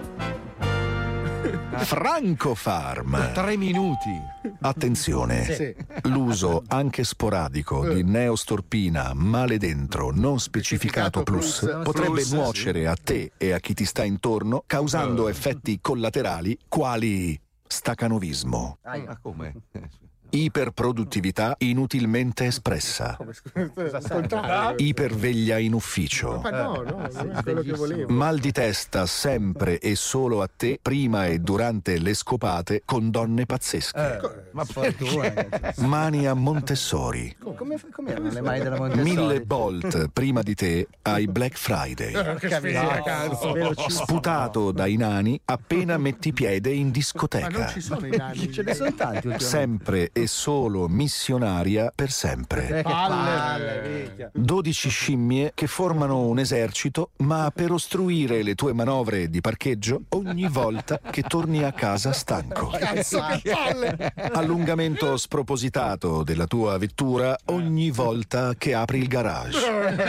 Francofarm. Tre minuti. Attenzione, Sì. l'uso anche sporadico di Neostorpina Male Dentro Non Specificato Plus Plus. potrebbe Plus, nuocere a te e a chi ti sta intorno, causando effetti collaterali quali stacanovismo, Ma come? iperproduttività inutilmente espressa, iperveglia in ufficio, Ma no, no, non è quello che volevo. mal di testa sempre e solo a te prima e durante le scopate con donne pazzesche, Ma perché? mani a Montessori, Come, come erano le mani della Montessori? mille Bolt prima di te ai Black Friday, Che sfiga, cazzo. sputato dai nani appena metti piede in Ma non discoteca, ci sono i nani. Ce ne sono tanti ultimamente. sempre e solo missionaria per sempre. Eh, che palle, minchia. dodici scimmie che formano un esercito, ma per ostruire le tue manovre di parcheggio ogni volta che torni a casa stanco. Cazzo, che palle. Allungamento spropositato della tua vettura ogni volta che apri il garage.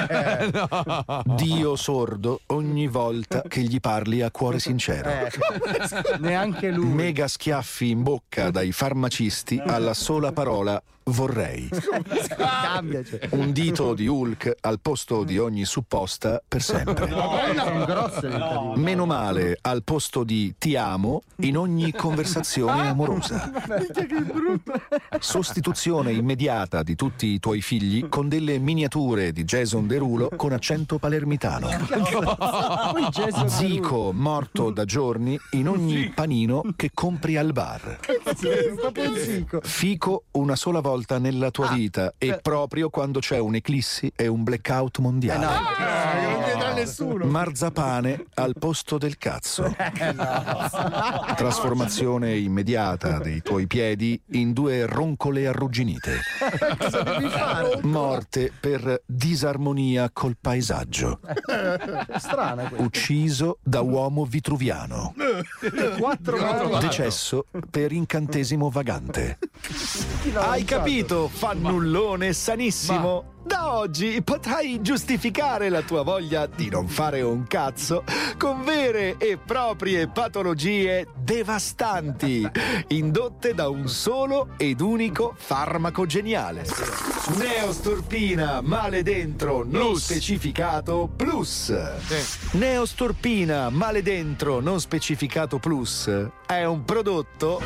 Dio sordo ogni volta che gli parli a cuore sincero. Eh, neanche lui. Mega schiaffi in bocca dai farmacisti alla sola parola vorrei. Cambia, cioè. Un dito di Hulk al posto di ogni supposta per sempre. Sono grosse le ditadine. Meno male al posto di ti amo in ogni conversazione amorosa. Minchia, che brutto. Sostituzione immediata di tutti i tuoi figli con delle miniature di Jason Derulo con accento palermitano. Poi Jason Zico morto da giorni in ogni panino che compri al bar. Derulo. Proprio zico. Fico una sola volta nella tua vita e proprio quando c'è un'eclissi e un blackout mondiale. Ah, non vedrà nessuno. Marzapane al posto del cazzo. Trasformazione immediata dei tuoi piedi in due roncole arrugginite. Cosa devi fare? Morte per disarmonia col paesaggio. Strana questa. Ucciso da uomo vitruviano. Quattro volte. Decesso per incantesimo vagante. Hai capito, fannullone sanissimo? Da oggi potrai giustificare la tua voglia di non fare un cazzo con vere e proprie patologie devastanti, indotte da un solo ed unico farmaco geniale. Neostorpina Male Dentro Non Specificato Plus. Neostorpina Male Dentro Non Specificato Plus è un prodotto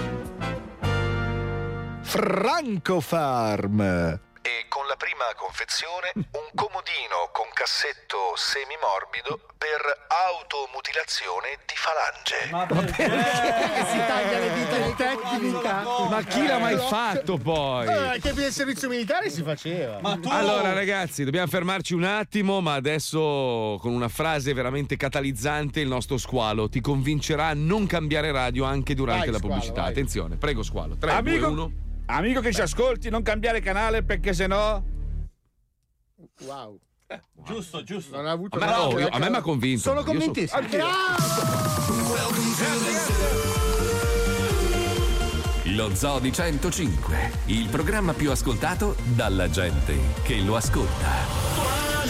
Francofarm. E con la prima confezione un comodino con cassetto semimorbido per automutilazione di falange. Ma perché si taglia le dita in tecnica? Ma chi l'ha mai fatto poi? Eh, che per il servizio militare si faceva. Ma tu... Allora ragazzi, dobbiamo fermarci un attimo, ma adesso con una frase veramente catalizzante il nostro Squalo ti convincerà a non cambiare radio anche durante Vai, la Squalo, pubblicità. vai. Attenzione, prego Squalo. tre, Amico- due, uno. Amico che ci ascolti, non cambiare canale perché sennò. Wow. Giusto, giusto. Non ha avuto A me, nada oh, da io- a me cara. mi ha convinto. Sono Io so- convintissimo. Lo Zoo di centocinque, il programma più ascoltato dalla gente che lo ascolta.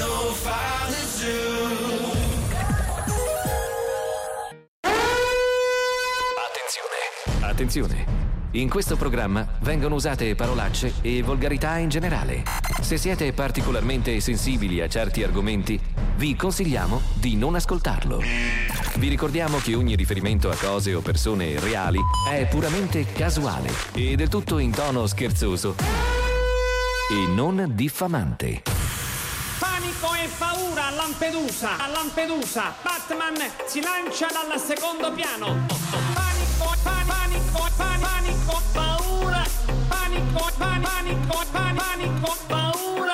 Attenzione! Attenzione! In questo programma vengono usate parolacce e volgarità in generale. Se siete particolarmente sensibili a certi argomenti, vi consigliamo di non ascoltarlo. Vi ricordiamo che ogni riferimento a cose o persone reali è puramente casuale e del tutto in tono scherzoso e non diffamante. Panico e paura a Lampedusa, a Lampedusa, Batman si lancia dal secondo piano. Panico, pa- panico, pa- panico, paura, panico, pa- panico, pa- panico, paura.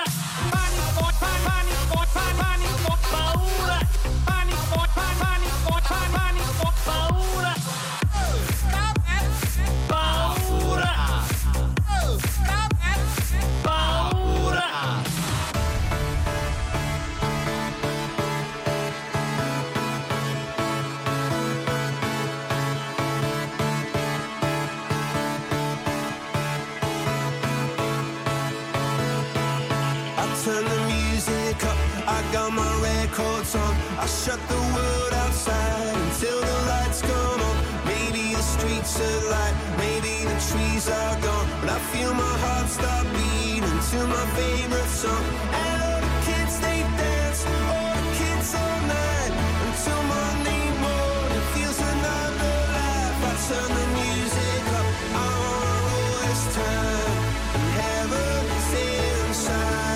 streets alight. Maybe the trees are gone, but I feel my heart start beating to my favorite song. And all the kids they dance, all the kids all night until Monday morning feels another life. I turn the music up, I wanna roll this time, and heaven is inside.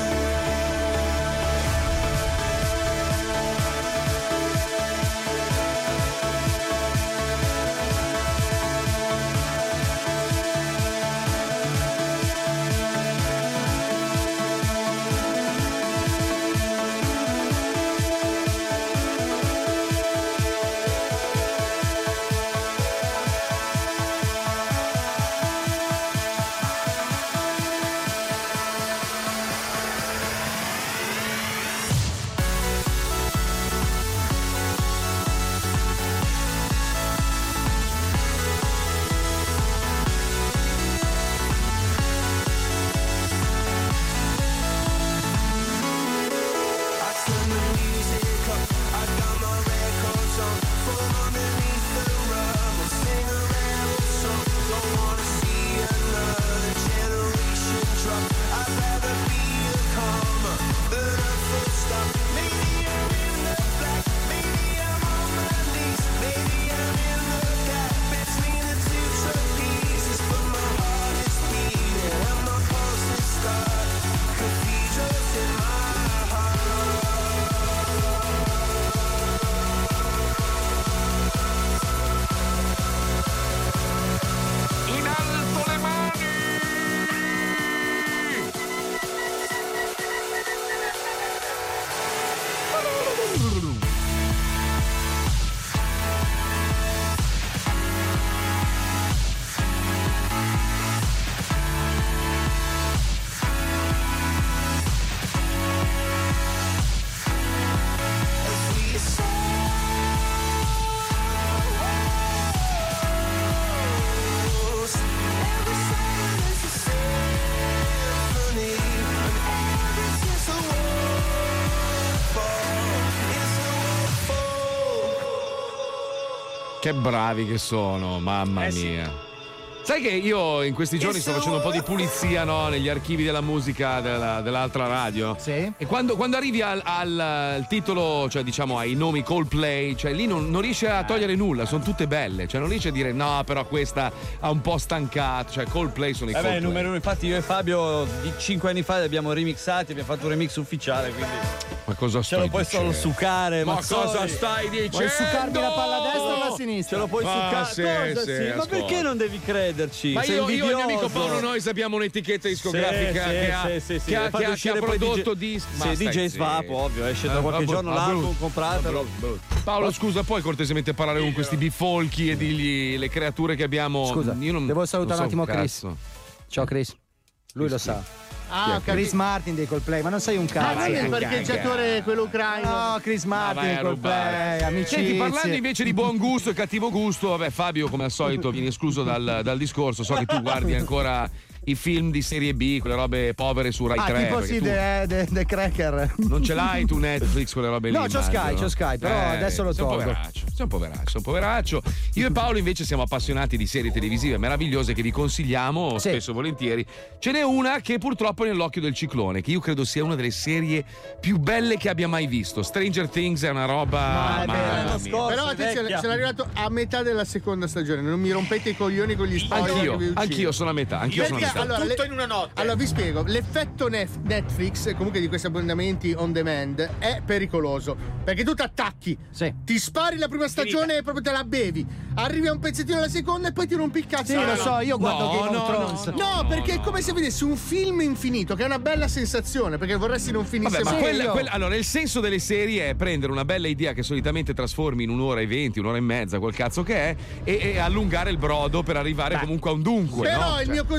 Che bravi che sono, mamma Eh sì. mia. Sai che io in questi giorni sto facendo un po' di pulizia, no, negli archivi della musica della- dell'altra radio. Sì. E quando, quando arrivi al, al- al titolo, cioè diciamo ai nomi Coldplay, cioè lì non, non riesce a togliere nulla, sono tutte belle. Cioè non riesce a dire no, però questa ha un po' stancato. Cioè Coldplay sono i Vabbè, Coldplay. numero uno, infatti io e Fabio di cinque anni fa li abbiamo remixati, abbiamo fatto un remix ufficiale, quindi Ma cosa ce lo stai puoi solo dicendo? succare. Ma Mazzoli. cosa stai dicendo? Vuoi succarmi la palla a destra o alla sinistra? Ce lo puoi Ah, succare. sì, Cosa, sì, sì? Ma ascolta. perché non devi crederci? Ma Sei io, io e il mio invidioso. amico Paolo noi sappiamo un'etichetta discografica Sì, che sì, ha, sì, sì, sì. che ha, Hai fatto che ha- che ha uscire poi prodotto D J dischi. Sì, Ma D J stai Swap, zitto. ovvio, esce tra Eh, qualche ma giorno brutto, l'album, brutto, compratelo. brutto, brutto. Paolo, scusa, puoi cortesemente parlare con questi bifolchi e digli le creature che abbiamo. Scusa, io non, devo salutare non so un attimo Chris. cazzo. Ciao Chris. Lui lo sa. Ah, ho Chris capito. Martin dei Coldplay, ma non sei un Ah, cazzo. non è il parcheggiatore quello ucraino. No, Chris Martin Ah, vai dei a Coldplay, rubare. amicizie. Senti, parlando invece di buon gusto e cattivo gusto, vabbè, Fabio, come al solito, vieni escluso dal, dal discorso. So che tu guardi ancora i film di serie B, quelle robe povere su Rai Ah, tre. tipo perché sì, tu The, the, the Cracker. non ce l'hai tu Netflix, quelle robe lì. No, c'ho immagino, Sky, no? c'ho Sky, però adesso lo sei un tolgo. poveraccio, sei un poveraccio, sei un poveraccio. Io e Paolo invece siamo appassionati di serie televisive meravigliose che vi consigliamo spesso e volentieri. Ce n'è una che purtroppo è nell'occhio del ciclone, che io credo sia una delle serie più belle che abbia mai visto. Stranger Things è una roba. Ma è mamma vero, mia. però attenzione, sono arrivato a metà della seconda stagione, non mi rompete i coglioni con gli spoiler. Anch'io, che vi uccido. anch'io sono a metà, anch'io sono a Perché, metà. allora, Tutto le- in una notte. Allora vi spiego, l'effetto nef- Netflix, comunque di questi abbonamenti on demand, è pericoloso. Perché tu ti attacchi, ti spari la prima stagione e proprio te la bevi. Arrivi a un pezzettino alla seconda e poi ti rompi il cazzo. Sì, lo so, io guardo Game of Thrones. No, perché è come se vedessi un film infinito, che è una bella sensazione, perché vorresti non finisse Vabbè, ma mai. quella- Io- quella- allora, il senso delle serie è prendere una bella idea che solitamente trasformi in un'ora e venti, un'ora e mezza, quel cazzo che è, e, e allungare il brodo per arrivare comunque a un dunque. Però no? il Cioè- mio consiglio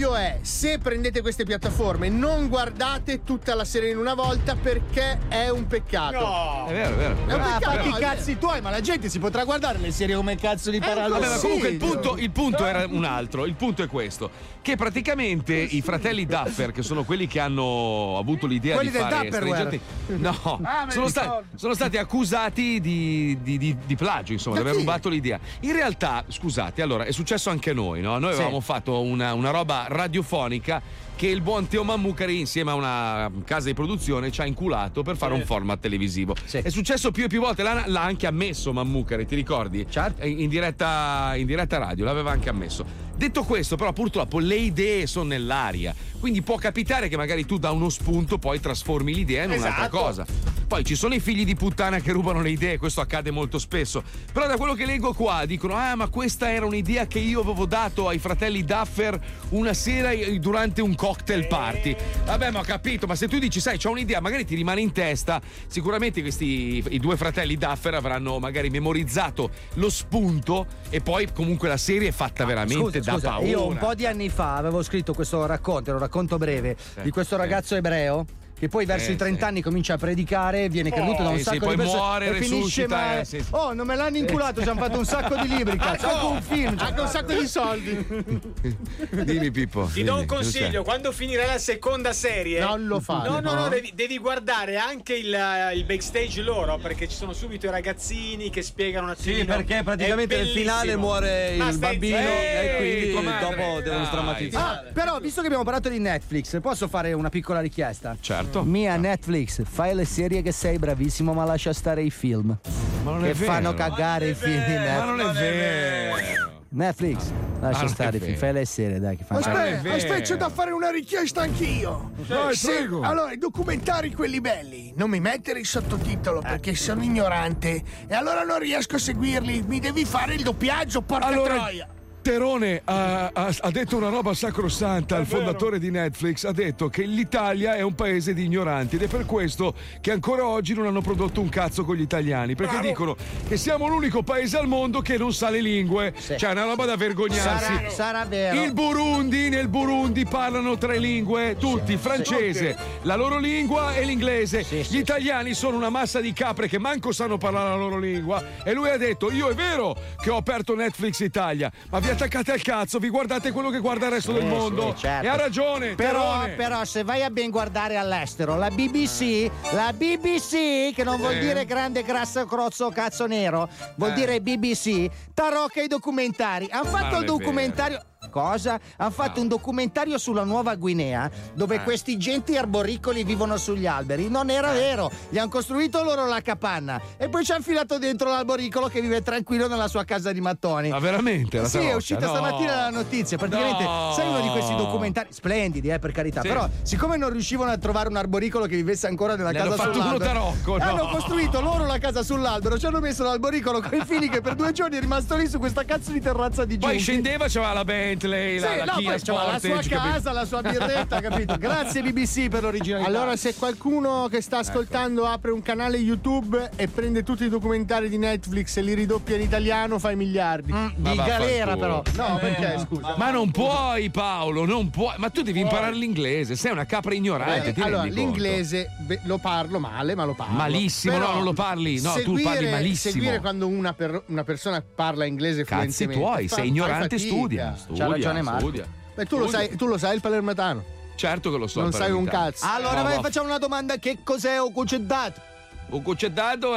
consiglio è: se prendete queste piattaforme, non guardate tutta la serie in una volta, perché è un peccato. No. È vero, è vero. È un Ah, peccato. fatti i no, è cazzi tuoi, ma la gente si potrà guardare le serie come cazzo di parallelo. Vabbè, ma comunque il punto, il punto era un altro. Il punto è questo: che praticamente i fratelli Duffer, che sono quelli che hanno avuto l'idea Quelli di del fare Tupperware. Stranger Things- no, Ah, me sono, li sta- ricordo. sono stati accusati di, di- di- di plagio, insomma, di aver rubato l'idea. In realtà, scusate, allora è successo anche a noi, no? Noi Sì. avevamo fatto una, una roba radiofonica che il buon Teo Mammucari, insieme a una casa di produzione, ci ha inculato per fare un format televisivo. È successo più e più volte, l'ha, l'ha anche ammesso Mammucari, ti ricordi? Certo. In diretta, in diretta radio, l'aveva anche ammesso. Detto questo, però, purtroppo le idee sono nell'aria. Quindi può capitare che magari tu da uno spunto poi trasformi l'idea in un'altra Esatto. cosa. Poi ci sono i figli di puttana che rubano le idee, questo accade molto spesso. Però da quello che leggo qua dicono: ah, ma questa era un'idea che io avevo dato ai fratelli Duffer una sera durante un cocktail party. Vabbè, ma ho capito, ma se tu dici, sai, c'ho un'idea, magari ti rimane in testa. Sicuramente questi i due fratelli Duffer avranno magari memorizzato lo spunto e poi comunque la serie è fatta veramente Scusa, da scusa, paura. io un po' di anni fa avevo scritto questo racconto, era un racconto breve di questo ragazzo ebreo che poi verso Eh, i trenta sì. anni comincia a predicare, viene creduto Oh, da un sì, sacco sì, di poi persone muore, e finisce resuscita, male. eh, sì, sì. Oh, non me l'hanno inculato, ci hanno fatto un sacco di libri, cazzo, anche un film, cioè, Anche un sacco di soldi. Dimmi, Pippo. Ti do un dimmi, cosa consiglio: c'è? quando finirai la seconda serie, Non lo fare. No, no, no, No. devi, devi guardare anche il, il backstage loro, perché ci sono subito i ragazzini che spiegano un attimino. Sì, perché praticamente È nel finale bellissimo. muore Ma il stai bambino zitto. e quindi Ehi, comadre. dopo devono Dai. strammatizzare. Ah, però, visto che abbiamo parlato di Netflix, posso fare una piccola richiesta? Certo. Mia Netflix, fai le serie che sei bravissimo, ma lascia stare i film. Ma non che è vero. fanno cagare i film di Ma non Netflix. è vero. Netflix, lascia non è stare i film, vero. fai le serie, dai, che fanno Ma non è cagare. vero. Aspetta, c'è da fare una richiesta anch'io. Vai, Se- prego. allora, i documentari quelli belli, non mi mettere il sottotitolo perché sono ignorante e allora non riesco a seguirli. Mi devi fare il doppiaggio, porca Allora, troia. Terone ha, ha- ha detto una roba sacrosanta, il fondatore di Netflix ha detto che l'Italia è un paese di ignoranti ed è per questo che ancora oggi non hanno prodotto un cazzo con gli italiani, perché dicono che siamo l'unico paese al mondo che non sa le lingue, cioè è una roba da vergognarsi. Sarà, sarà vero. Il Burundi, nel Burundi parlano tre lingue, tutti, francese, la loro lingua e l'inglese. Gli italiani sono una massa di capre che manco sanno parlare la loro lingua e lui ha detto: io è vero che ho aperto Netflix Italia, ma vi attaccate al cazzo, vi guardate quello che guarda il resto del mondo. sì, certo. E ha ragione, Però, Terone. però se vai a ben guardare all'estero, la B B C, la B B C, che non vuol Eh. dire grande grasso crozzo cazzo nero, vuol Eh. dire B B C, tarocca i documentari. Hanno fatto non il è documentario. Cosa? Hanno fatto un documentario sulla Nuova Guinea dove Eh. questi genti arboricoli vivono sugli alberi. Non era vero, gli hanno costruito loro la capanna e poi ci hanno filato dentro l'alboricolo che vive tranquillo nella sua casa di mattoni. Ma veramente? La Sì, è tarocca? uscita No. stamattina la notizia. Praticamente, No. sai, uno di questi documentari splendidi, eh, per carità. Sì. Però, siccome non riuscivano a trovare un arboricolo che vivesse ancora nella Ne casa hanno fatto uno sull'albero, tarocco, no. hanno costruito loro la casa sull'albero. Ci hanno messo l'alboricolo con i fili che per due giorni è rimasto lì su questa cazzo di terrazza di giunchi. Poi scendeva, c'aveva la Bentley, Sì, la, la no, Kia poi c'aveva la sua Sportage, casa, capito? la sua birretta, capito? Grazie B B C per l'originalità. Allora, se qualcuno che sta ascoltando apre un canale YouTube e prende tutti i documentari di Netflix e li ridoppia in italiano, fai miliardi. Mm, di galera, però. No, perché scusa? Ma non puoi, Paolo, non puoi. Ma tu devi imparare l'inglese, sei una capra ignorante. Eh, ti allora, rendi conto? l'inglese beh, lo parlo male, ma lo parlo. Malissimo, Però no, non lo parli. No, tu seguire- parli malissimo. Seguire quando una, per- una persona parla inglese Cazzi fluentemente. tuoi, fa- sei fai ignorante, fatica. studia. Studia, ragione Marco. studia. Beh, tu lo, Studia. sai, tu lo sai il palermitano. Certo che lo so. Non il sai un palermitano. cazzo. Allora, No, vai, no. facciamo una domanda: che cos'è un cuccedato? Un cuccedato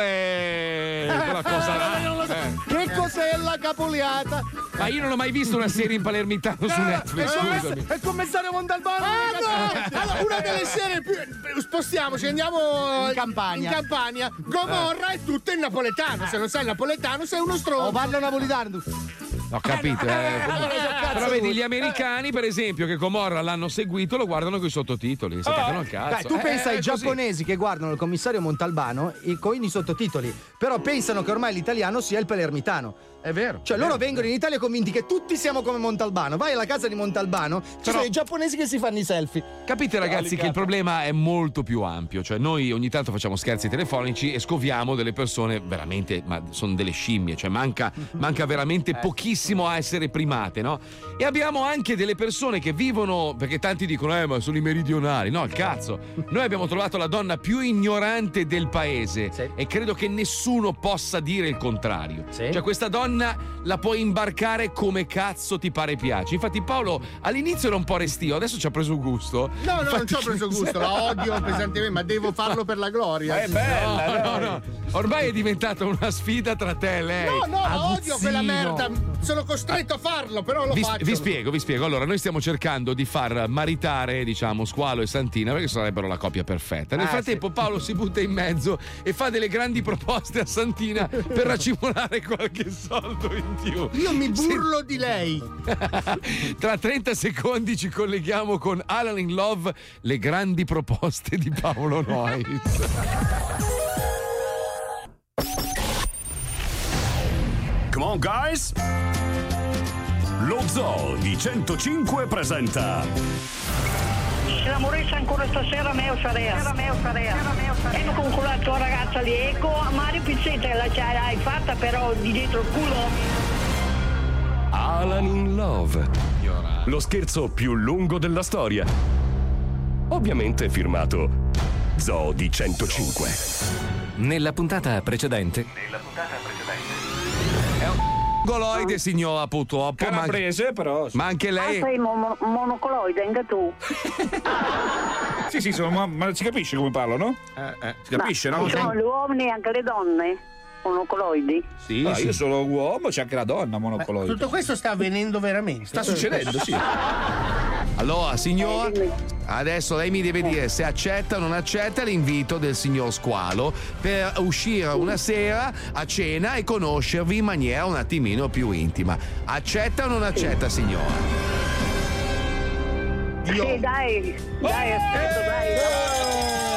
è quella cosa là. non lo so. Eh. Che cos'è la capoliata? Ma io non ho mai visto una serie in palermitano su Netflix, È come- scusami. È il commissario Montalbano. Ah, no! Allora, una delle serie più. Spostiamoci, andiamo In Campania. In Campania. Gomorra è tutto in napoletano. Se non sai il napoletano, sei uno O stronzo. parla napoletano. Ho capito. eh, comunque. Però vedi, gli americani, per esempio, che Gomorra l'hanno seguito, lo guardano con i sottotitoli. Si attaccano al cazzo. Dai, tu Eh, pensa è ai così. giapponesi che guardano il commissario Montalbano e con i sottotitoli, però pensano che ormai l'italiano sia il palermitano. È vero. Cioè, è loro vero. vengono in Italia convinti che tutti siamo come Montalbano. Vai alla casa di Montalbano, ci Però- sono i giapponesi che si fanno i selfie. Capite, ragazzi, che il problema è molto più ampio. Cioè, noi ogni tanto facciamo scherzi telefonici e scoviamo delle persone veramente, ma sono delle scimmie. Cioè, manca, manca veramente pochissimo a essere primate, no? E abbiamo anche delle persone che vivono, perché tanti dicono eh ma sono i meridionali. No, il cazzo. Noi abbiamo trovato la donna più ignorante del paese e credo che nessuno possa dire il contrario. Cioè questa donna la puoi imbarcare come cazzo ti pare piace. Infatti Paolo all'inizio era un po' restio, adesso ci ha preso gusto. No, no, Infatti... non ci ho preso gusto, la odio pesantemente, ma devo farlo per la gloria. Ma è bella, no, no, no. Ormai è diventata una sfida tra te e lei. No, no, la odio Aguzzino. quella merda. Sono costretto a farlo, però lo vi, faccio. vi spiego, vi spiego. Allora, noi stiamo cercando di far maritare, diciamo, Squalo e Santina, perché sarebbero la coppia perfetta. Nel Ah, frattempo, sì. Paolo si butta in mezzo e fa delle grandi proposte a Santina per racimolare qualche soldo in più. Io mi burlo di lei. Tra trenta secondi ci colleghiamo con Alan in Love, le grandi proposte di Paolo Noyes. Come on, guys! Lo Zoo di centocinque presenta Se la moresse ancora stasera, meo sarea. Meo sarea. E con quella tua ragazza lì, ecco, Mario Pizzetta, la hai fatta però di dietro il culo. Alan in Love, lo scherzo più lungo della storia. Ovviamente firmato Zoo di centocinque. Nella puntata precedente. Nella puntata precedente. È un goloide, signora, purtroppo. Calabrese, però. Ma anche lei. Ah, sei mono- monocoloide, anche tu. Sì, sì, sono, ma, ma si capisce come parlo, no? Eh, eh. Si capisce, Ma no? sono gli uomini e anche le donne monocoloidi. Sì, ah, sì. io sono uomo, c'è anche la donna monocoloide. Tutto questo sta avvenendo veramente. Sta succedendo, sì. Allora, signor, adesso lei mi deve dire se accetta o non accetta l'invito del signor Squalo per uscire una sera a cena e conoscervi in maniera un attimino più intima. Accetta o non accetta, signora? Sì, dai, dai, aspetta, dai.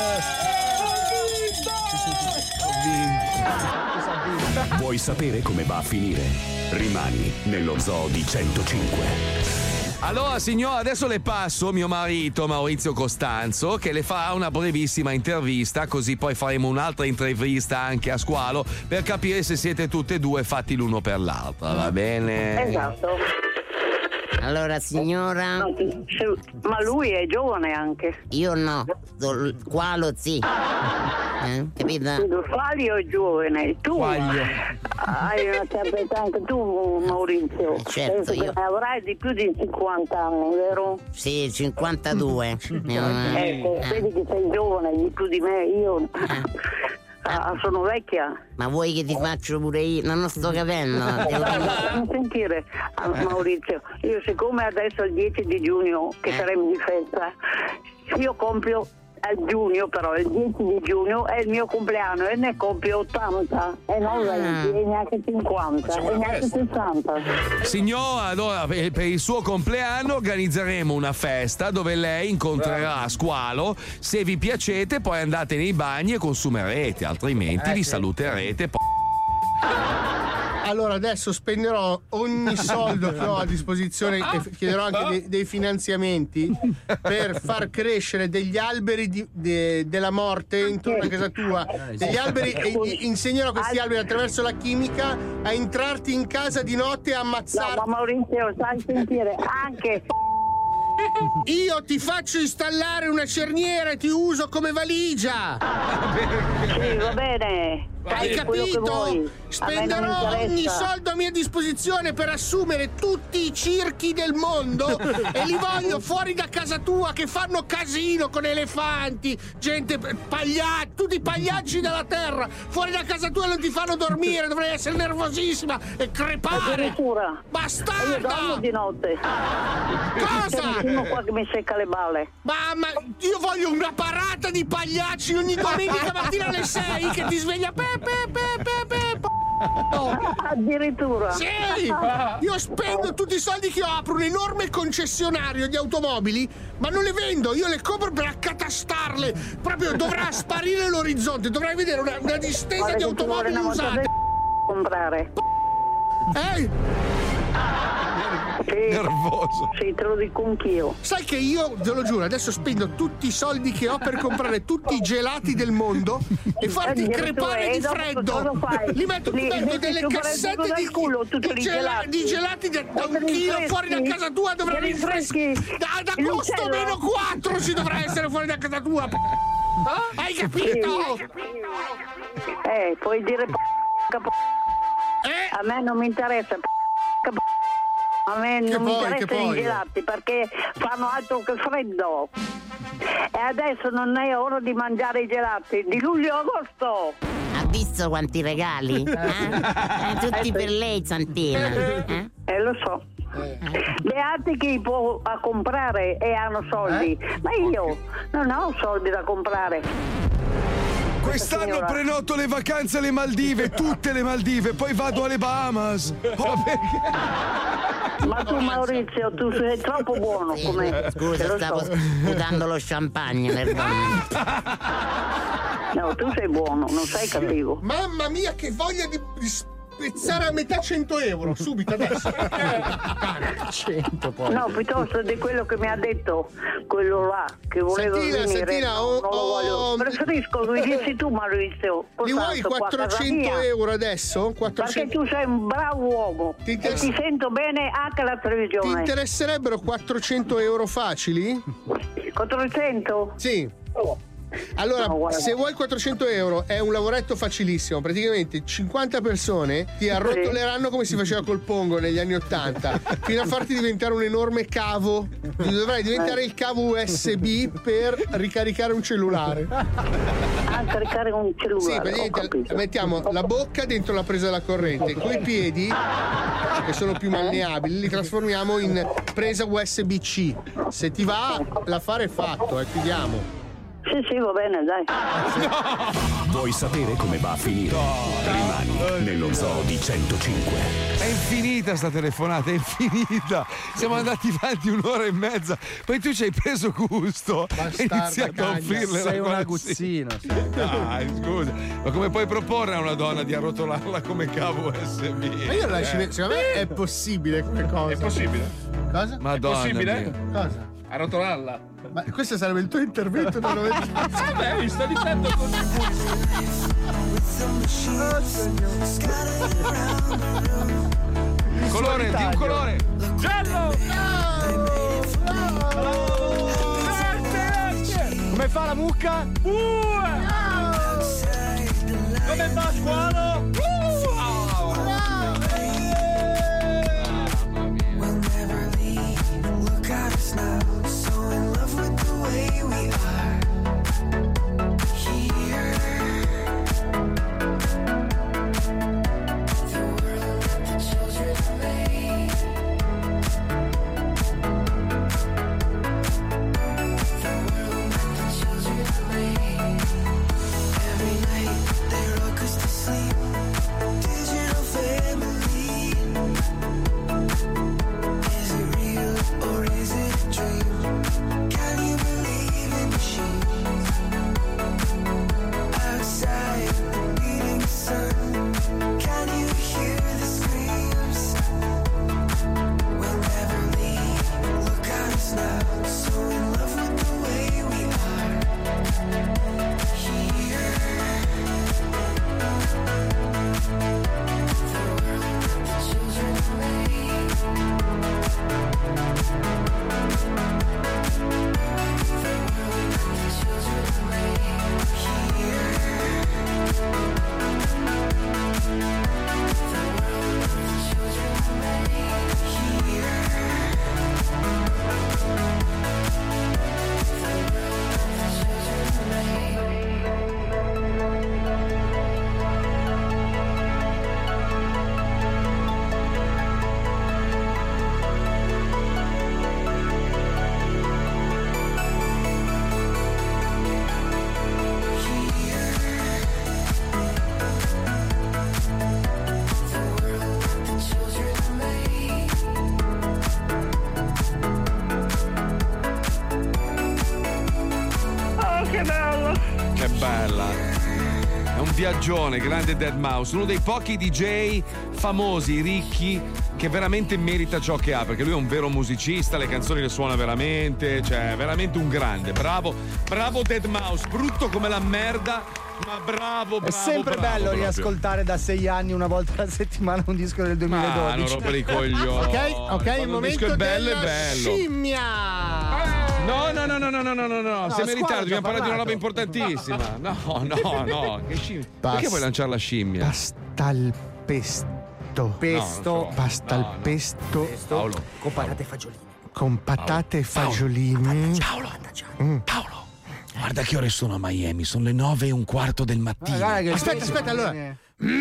Vuoi sapere come va a finire? Rimani nello Zoo di centocinque. Allora, signora, adesso le passo mio marito Maurizio Costanzo, che le farà una brevissima intervista, così poi faremo un'altra intervista anche a Squalo per capire se siete tutte e due fatti l'uno per l'altra, va bene? Esatto. Allora, signora. No, se- ma lui è giovane anche. Io no. Do- Qualo sì. Eh? Capito? Quaglio è giovane. Tu Quaglio. hai una certa età anche tu, Maurizio. Certo, Penso io. che avrai di più di cinquanta anni, vero? Sì, cinquantadue. Ecco, Eh. vedi che sei giovane di più di me, io ah, sono vecchia. Ma vuoi che ti faccio pure io? Non lo sto capendo. Devo- Fammi sentire, ah, Maurizio, io siccome adesso è il dieci di giugno che saremo di festa, io compio a giugno, però il dieci di giugno è il mio compleanno e ne compio ottanta e non venti e neanche cinquanta e neanche sessanta. Signora, allora per per il suo compleanno organizzeremo una festa dove lei incontrerà Squalo. Se vi piacete poi andate nei bagni e consumerete, altrimenti Eh, vi sì. saluterete. po- Allora adesso spenderò ogni soldo che ho a disposizione e f- chiederò anche dei, dei finanziamenti per far crescere degli alberi di- de- della morte intorno a casa tua, degli alberi e i- insegnerò a questi alberi attraverso la chimica a entrarti in casa di notte e ammazzarti. No, ma Maurizio, sai sentire anche. Io ti faccio installare una cerniera e ti uso come valigia. Sì, va bene. Hai Fai quello che capito? vuoi. A me non Spenderò ogni interessa. soldo a mia disposizione per assumere tutti i circhi del mondo e li voglio fuori da casa tua che fanno casino con elefanti, gente pagliacci, tutti pagliacci della terra. Fuori da casa tua non ti fanno dormire, dovrei essere nervosissima e crepare. Addirittura. Bastarda! Io dormo di notte. Cosa? C'è nessuno qua che mi secca le balle. Mamma, io voglio una parata di pagliacci ogni domenica mattina alle sei che ti sveglia pe pe pe pe pe. Addirittura. Sì! Io spendo tutti i soldi che ho, apro un enorme concessionario di automobili, ma non le vendo, io le compro per accatastarle. Proprio dovrà sparire l'orizzonte, dovrai vedere una, una distesa Guarda di che ci vuole automobili una volta usate. per comprare. Ehi! Sì, nervoso. Sì, te lo dico anch'io. Sai che io, te lo giuro, adesso spendo tutti i soldi che ho per comprare tutti i gelati del mondo e farti Eh, crepare e di dopo freddo. cosa fai? Li metto, Li metto metti delle su per il cassette buco di, del culo, tutti di, i gela- gelati. di gelati da, da E un te li chilo rinfreschi? fuori da casa tua dovrà Te li rinfreschi. Da, ad Il agosto uccello? meno quattro si dovrà essere fuori da casa tua. Hai capito? Eh, puoi dire p- Eh? a me non mi interessa p- a me Che non mi poi, che interessano poi? i gelati perché fanno altro che freddo e adesso non è ora di mangiare i gelati di luglio e agosto. Ha visto quanti regali? Eh? Eh, tutti per lei, Santina. Eh? Eh, lo so. Beati chi può a comprare e hanno soldi, ma io non ho soldi da comprare. Quest'anno Signora. prenoto le vacanze alle Maldive, tutte le Maldive, poi vado alle Bahamas. Oh, perché? Ma tu Maurizio, tu sei troppo buono come te Scusa, lo stavo so. sputando lo champagne nel bonnet. No, tu sei buono, non sei cattivo. Mamma mia, che voglia di, di spezzare a metà cento euro subito adesso. cento poi. No, piuttosto di quello che mi ha detto quello là che volevo Santina, venire. Santina, no, ho- non lo ho- voglio. Preferisco lui dici tu Maurizio. Li vuoi Costanzo, qua a casa quattrocento mia. euro adesso? quattrocento... Perché tu sei un bravo uomo Ti e interessa- ti sento bene anche alla Ti televisione. interesserebbero quattrocento euro facili? quattrocento? Sì. Allora, No, guarda. se vuoi quattrocento euro è un lavoretto facilissimo. Praticamente cinquanta persone ti arrotoleranno come si faceva col pongo negli anni ottanta fino a farti diventare un enorme cavo. Dovrai diventare il cavo U S B per ricaricare un cellulare. A caricare un Sì, cellulare. ho praticamente capito. mettiamo la bocca dentro la presa della corrente, con i piedi, che sono più malleabili, li trasformiamo in presa U S B C. Se ti va, l'affare è fatto, eh, chiudiamo. Sì, sì, va bene, dai. Vuoi sapere come va a finire? Rimani nello zoo di centocinque. È infinita sta telefonata, è infinita. Siamo andati avanti un'ora e mezza. Poi tu ci hai preso gusto e hai iniziato a offrirle sei la un cosa. aguzzino. Dai, scusa. Ma come puoi proporre a una donna di arrotolarla come cavo U S B? Ma io la Eh. ci- secondo me è possibile come cosa. È possibile? Cosa? Madonna È possibile? mia. Cosa? Arrotolarla. Ma questo sarebbe il tuo intervento, non lo vedi? Vabbè, mi sto dicendo Colore, di un colore. Giallo! Come fa la mucca? Come va squalo? Che bella. È un viaggione, grande dead mouse, uno dei pochi D J famosi, ricchi, che veramente merita ciò che ha, perché lui è un vero musicista, le canzoni le suona veramente, cioè è veramente un grande. Bravo, bravo deadmau five, brutto come la merda, ma bravo, bravo. È sempre bravo, bello proprio. riascoltare da sei anni una volta alla settimana un disco del duemiladodici. Ma non rompere i coglioni. Ok, ok, Quando il un momento disco è bello, della è bello. scimmia. No, no, no, no, no, no, no, no, no. Siamo in ritardo, dobbiamo parlare di una roba parlato. importantissima. No, no, no. Che scimmia? Perché vuoi lanciare la scimmia? Pasta al pesto. Pesto. No, non so. Pasta No, al no. pesto. Paolo. Con patate e fagiolini. Con patate e fagiolini. Paolo, Paolo, guarda che ore sono a Miami, sono le nove e un quarto del mattino. Guarda che il Aspetta, pesto- aspetta, allora. Eh,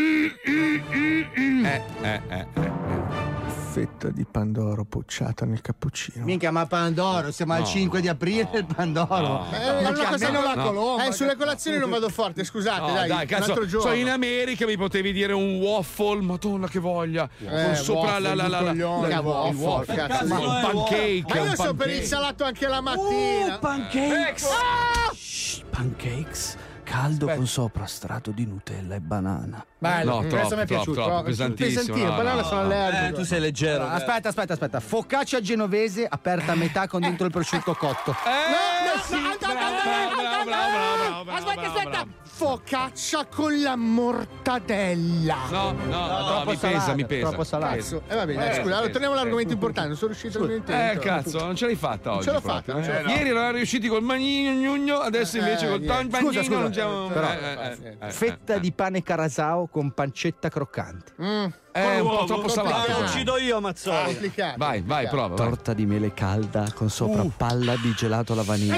eh, eh, eh. Fetta di pandoro pucciata nel cappuccino. Minchia, ma Pandoro, siamo al No, cinque di aprile il Pandoro. no. Eh, è una Minchia, cosa almeno no. la colomba. Eh, sulle colazioni non vado forte, scusate, No, dai, dai, un cazzo, altro giorno. sono in America, mi potevi dire un waffle, madonna che voglia. Eh, con sopra waffle, la la la la, coglione, la- waffle, il waffle, cazzo, cazzo, no, un è pancake, Ma io un sono per pancake. il salato anche la mattina. Uh, pancakes. Pancakes caldo con sopra strato di Nutella e banana. Bello, No, questo troppo, mi è troppo, piaciuto. troppo, pesantissimo. Pesantino, no, banana no, sono no. allergico. Eh, tu sei leggero. Allora, aspetta, aspetta, aspetta. Focaccia genovese aperta a metà con dentro il prosciutto cotto. Eh, No, no, sì, no, bravo, no, no, bravo, no, bravo, no, bravo, no. bravo, bravo, Aspetta, bravo, aspetta. bravo. Focaccia con la mortadella. No, no, no, troppo mi pesa, salata, mi pesa. troppo salata. Pesa. Eh, va bene, dai, Eh, scusa, allora pesa, torniamo pesa. all'argomento importante. Non sono riuscito al mio intento. Eh, cazzo, non ce l'hai fatta oggi. ce l'ho proprio, fatta, non eh. ce l'ho fatta. Ieri eravamo riusciti col manino, gnugno, adesso invece Eh, col niente. ton panino Scusa, scusa, non siamo. però- eh, eh, eh, eh, Fetta eh. di pane carasao con pancetta croccante. Mm, Eh, un po' troppo complicato. salato. Lo uccido io, Mazzoli. complicato. Vai, vai, prova. vai. Torta di mele calda con sopra palla di gelato alla vaniglia.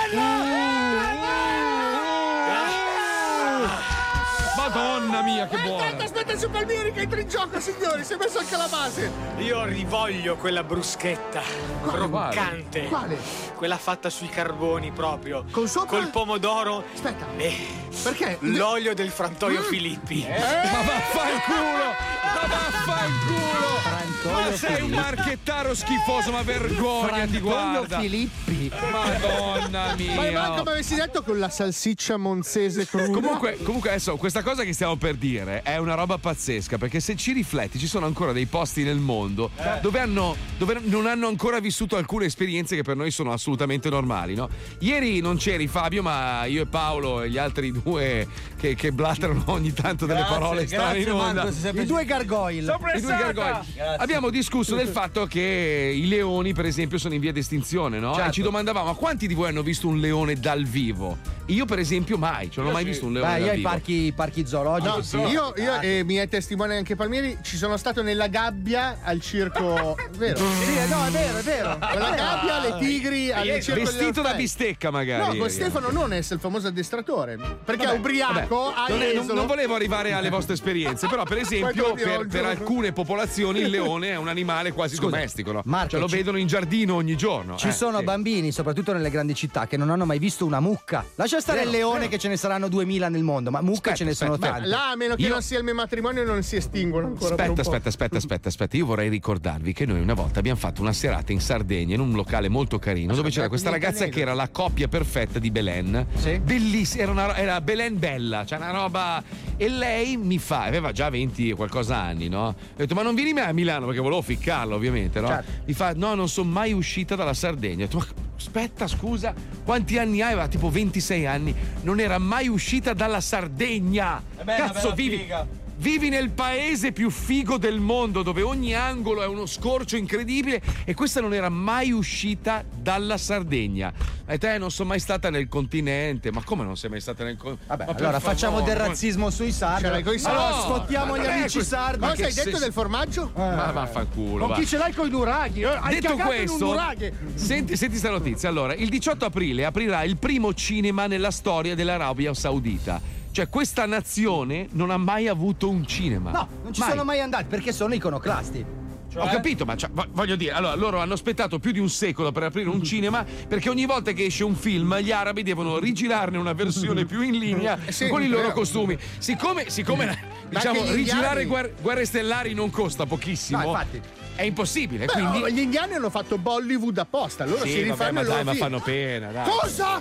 Madonna mia, che buona. Aspetta, aspetta, il Super Miri che entra in gioco, signori. Si è messo anche la base. Io rivoglio quella bruschetta croccante. Quale? Quella fatta sui carboni proprio. Con sopra? Col pomodoro Aspetta. e Perché? l'olio del frantoio Filippi. Ma vaffanculo! Ma vaffanculo! Ma sei un marchettaro schifoso, ma vergognati, guarda! Filippi. Madonna mia! Ma manco mi avessi detto con la salsiccia monzese cruda. Comunque, comunque adesso questa cosa che stiamo per dire è una roba pazzesca, perché se ci rifletti ci sono ancora dei posti nel mondo dove, hanno, dove non hanno ancora vissuto alcune esperienze che per noi sono assolutamente normali, no? Ieri non c'eri Fabio, ma io e Paolo e gli altri due che, che blatterano ogni tanto delle Grazie, parole strane in grazie, onda. Marco, sei sempre- I due gargoyle. I due gargoyle. Abbiamo discusso del fatto che i leoni, per esempio, sono in via di estinzione, no? Certo. E ci domandavamo: ma quanti di voi hanno visto un leone dal vivo? Io, per esempio, mai, cioè, non ho mai visto un leone Beh, dal io ai vivo. parchi, parchi zoologici. No, sì. io, io e mi è testimone anche Palmieri, ci sono stato nella gabbia al circo. Vero? Sì, eh, no, è vero, è vero. Con la gabbia, le tigri, al circo degli Vestito da Orfei. bistecca, magari. No, con Stefano Nones, il famoso addestratore. Perché Vabbè, ubriaco vabbè. a non, è- non- Jesolo. non volevo arrivare alle vostre esperienze, però, per esempio, Quanto per, odio, per giuro. alcune popolazioni il leone è un animale quasi Scusa, domestico, no? Marco, cioè lo ci- vedono in giardino ogni giorno. Ci eh, sono sì. bambini, soprattutto nelle grandi città, che non hanno mai visto una mucca. Lascia stare Vero, il leone, vero. che ce ne saranno duemila nel mondo, ma mucche Aspetta, ce ne aspetta, sono beh, tante. Là, a meno che Io- non sia il mio matrimonio, non si estinguono ancora. per un Aspetta, po'. aspetta, aspetta, aspetta, aspetta. Io vorrei ricordarvi che noi una volta abbiamo fatto una serata in Sardegna in un locale molto carino dove c'era questa ragazza che era la coppia perfetta di Belen. Sì. Bellissima, era, una- era Belen bella, cioè una roba. E lei mi fa, aveva già venti e qualcosa anni, no? Ho detto, ma non vieni mai a Milano perché volevo ficcarlo, ovviamente, no? Certo. Mi fa, no, non sono mai uscita dalla Sardegna. Ho detto, ma aspetta, scusa, quanti anni hai? Aveva tipo ventisei anni, non era mai uscita dalla Sardegna. Eh beh, una Cazzo, bella vivi. figa. Vivi nel paese più figo del mondo, dove ogni angolo è uno scorcio incredibile, e questa non era mai uscita dalla Sardegna. E te non sono mai stata nel continente. Ma come non sei mai stata nel continente? Vabbè, allora facciamo del razzismo sui sardi. Ce l'hai coi sardi? Allora No, sfottiamo ma gli non è amici questo- sardi. Cosa che hai detto se- del formaggio? Ma vaffanculo. Con va. chi ce l'hai con i nuraghi? Eh, Hai Detto cagato in un questo, nuraghi. senti, senti sta notizia. Allora, il diciotto aprile aprirà il primo cinema nella storia dell'Arabia Saudita. Cioè, questa nazione non ha mai avuto un cinema. No, non ci sono mai andati perché sono iconoclasti. Ho capito, ma cioè, vo- voglio dire, allora loro hanno aspettato più di un secolo per aprire un cinema, perché ogni volta che esce un film gli arabi devono rigirarne una versione più in linea Eh sì, con i loro vero. costumi. Siccome, siccome diciamo, anche gli rigirare indiani- guer- guerre stellari non costa pochissimo, No, infatti. è impossibile. Beh, quindi oh, gli indiani hanno fatto Bollywood apposta, loro Sì, si vabbè, rifanno ma i loro dai, ma film. fanno pena, dai. Cosa? Ma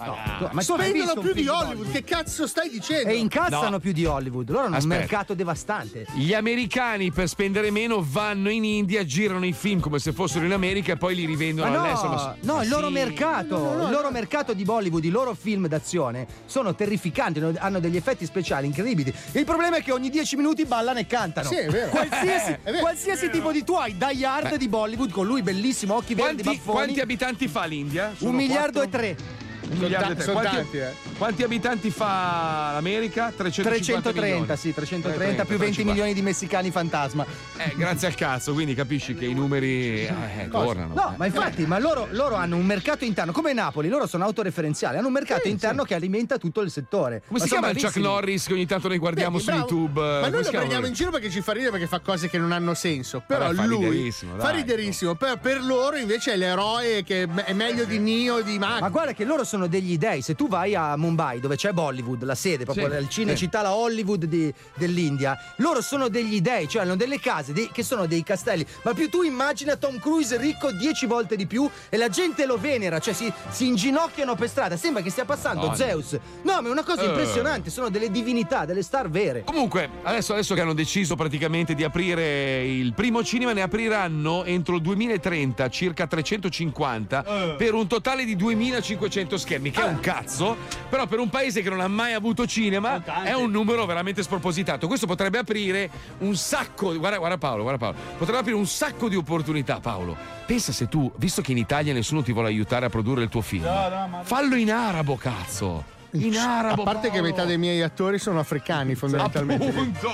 No, ma tu hai visto spendono un più film di Hollywood, che cazzo stai dicendo? E incassano No. più di Hollywood. Loro hanno Aspetta. un mercato devastante. Gli americani per spendere meno vanno in India, girano i film come se fossero in America e poi li rivendono Ma all'estero. no, Ma- no, ma il loro sì. mercato, No, no, no, il loro no. mercato di Bollywood, i loro film d'azione sono terrificanti, hanno- hanno degli effetti speciali incredibili. Il problema è che ogni dieci minuti ballano e cantano. Sì, è vero. Qualsiasi, È vero. qualsiasi tipo di tu hai Die Hard Beh. di Bollywood con lui bellissimo, occhi verdi, Quanti, baffoni. quanti abitanti fa l'India? Sono Un miliardo quattro? e tre. Un miliardo e tre. Sono Quanti, tanti, eh. quanti abitanti fa l'America? trecentocinquanta trecentotrenta, milioni. sì, trecentotrenta più venti milioni di messicani fantasma. Eh, grazie al cazzo, quindi capisci che i numeri eh, tornano. No, ma infatti, ma loro, loro hanno un mercato interno, come Napoli, loro sono autoreferenziali, hanno un mercato interno che alimenta tutto il settore. Come Ma si sono chiama il Chuck bravissimi. Norris che ogni tanto noi guardiamo Vedi, su bravo. YouTube? Ma Come noi si lo chiama prendiamo lui? in giro perché ci fa ridere, perché fa cose che non hanno senso. Però Vabbè, fa lui riderissimo, fa dai. riderissimo. Per, per loro invece è l'eroe che è meglio di Neo, di Mac. Ma guarda che loro sono degli dei. Se tu vai a Mumbai, dove c'è Bollywood, la sede, proprio Sì, il Cinecittà, sì. la Hollywood di- dell'India, loro sono degli dei, cioè hanno delle case dei- che sono dei castelli. Ma più tu immagina Tom Cruise ricco dieci volte di più e la gente lo venera, cioè si, si inginocchiano per strada. Sembra che stia passando No, Zeus. No, ma è una cosa Eh. impressionante. Sono delle divinità, delle star vere. Comunque, adesso, adesso che hanno deciso praticamente di aprire il primo cinema, ne apriranno entro il duemilatrenta circa trecentocinquanta per un totale di duemilacinquecento schermi, che è un cazzo, però per un paese che non ha mai avuto cinema è un numero veramente spropositato. Questo potrebbe aprire un sacco, guarda, guarda Paolo, guarda Paolo, potrebbe aprire un sacco di opportunità, Paolo. Pensa se tu, visto che in Italia nessuno ti vuole aiutare a produrre il tuo film, fallo in arabo, cazzo. In arabo. A parte che Paolo. metà dei miei attori sono africani, fondamentalmente. Appunto,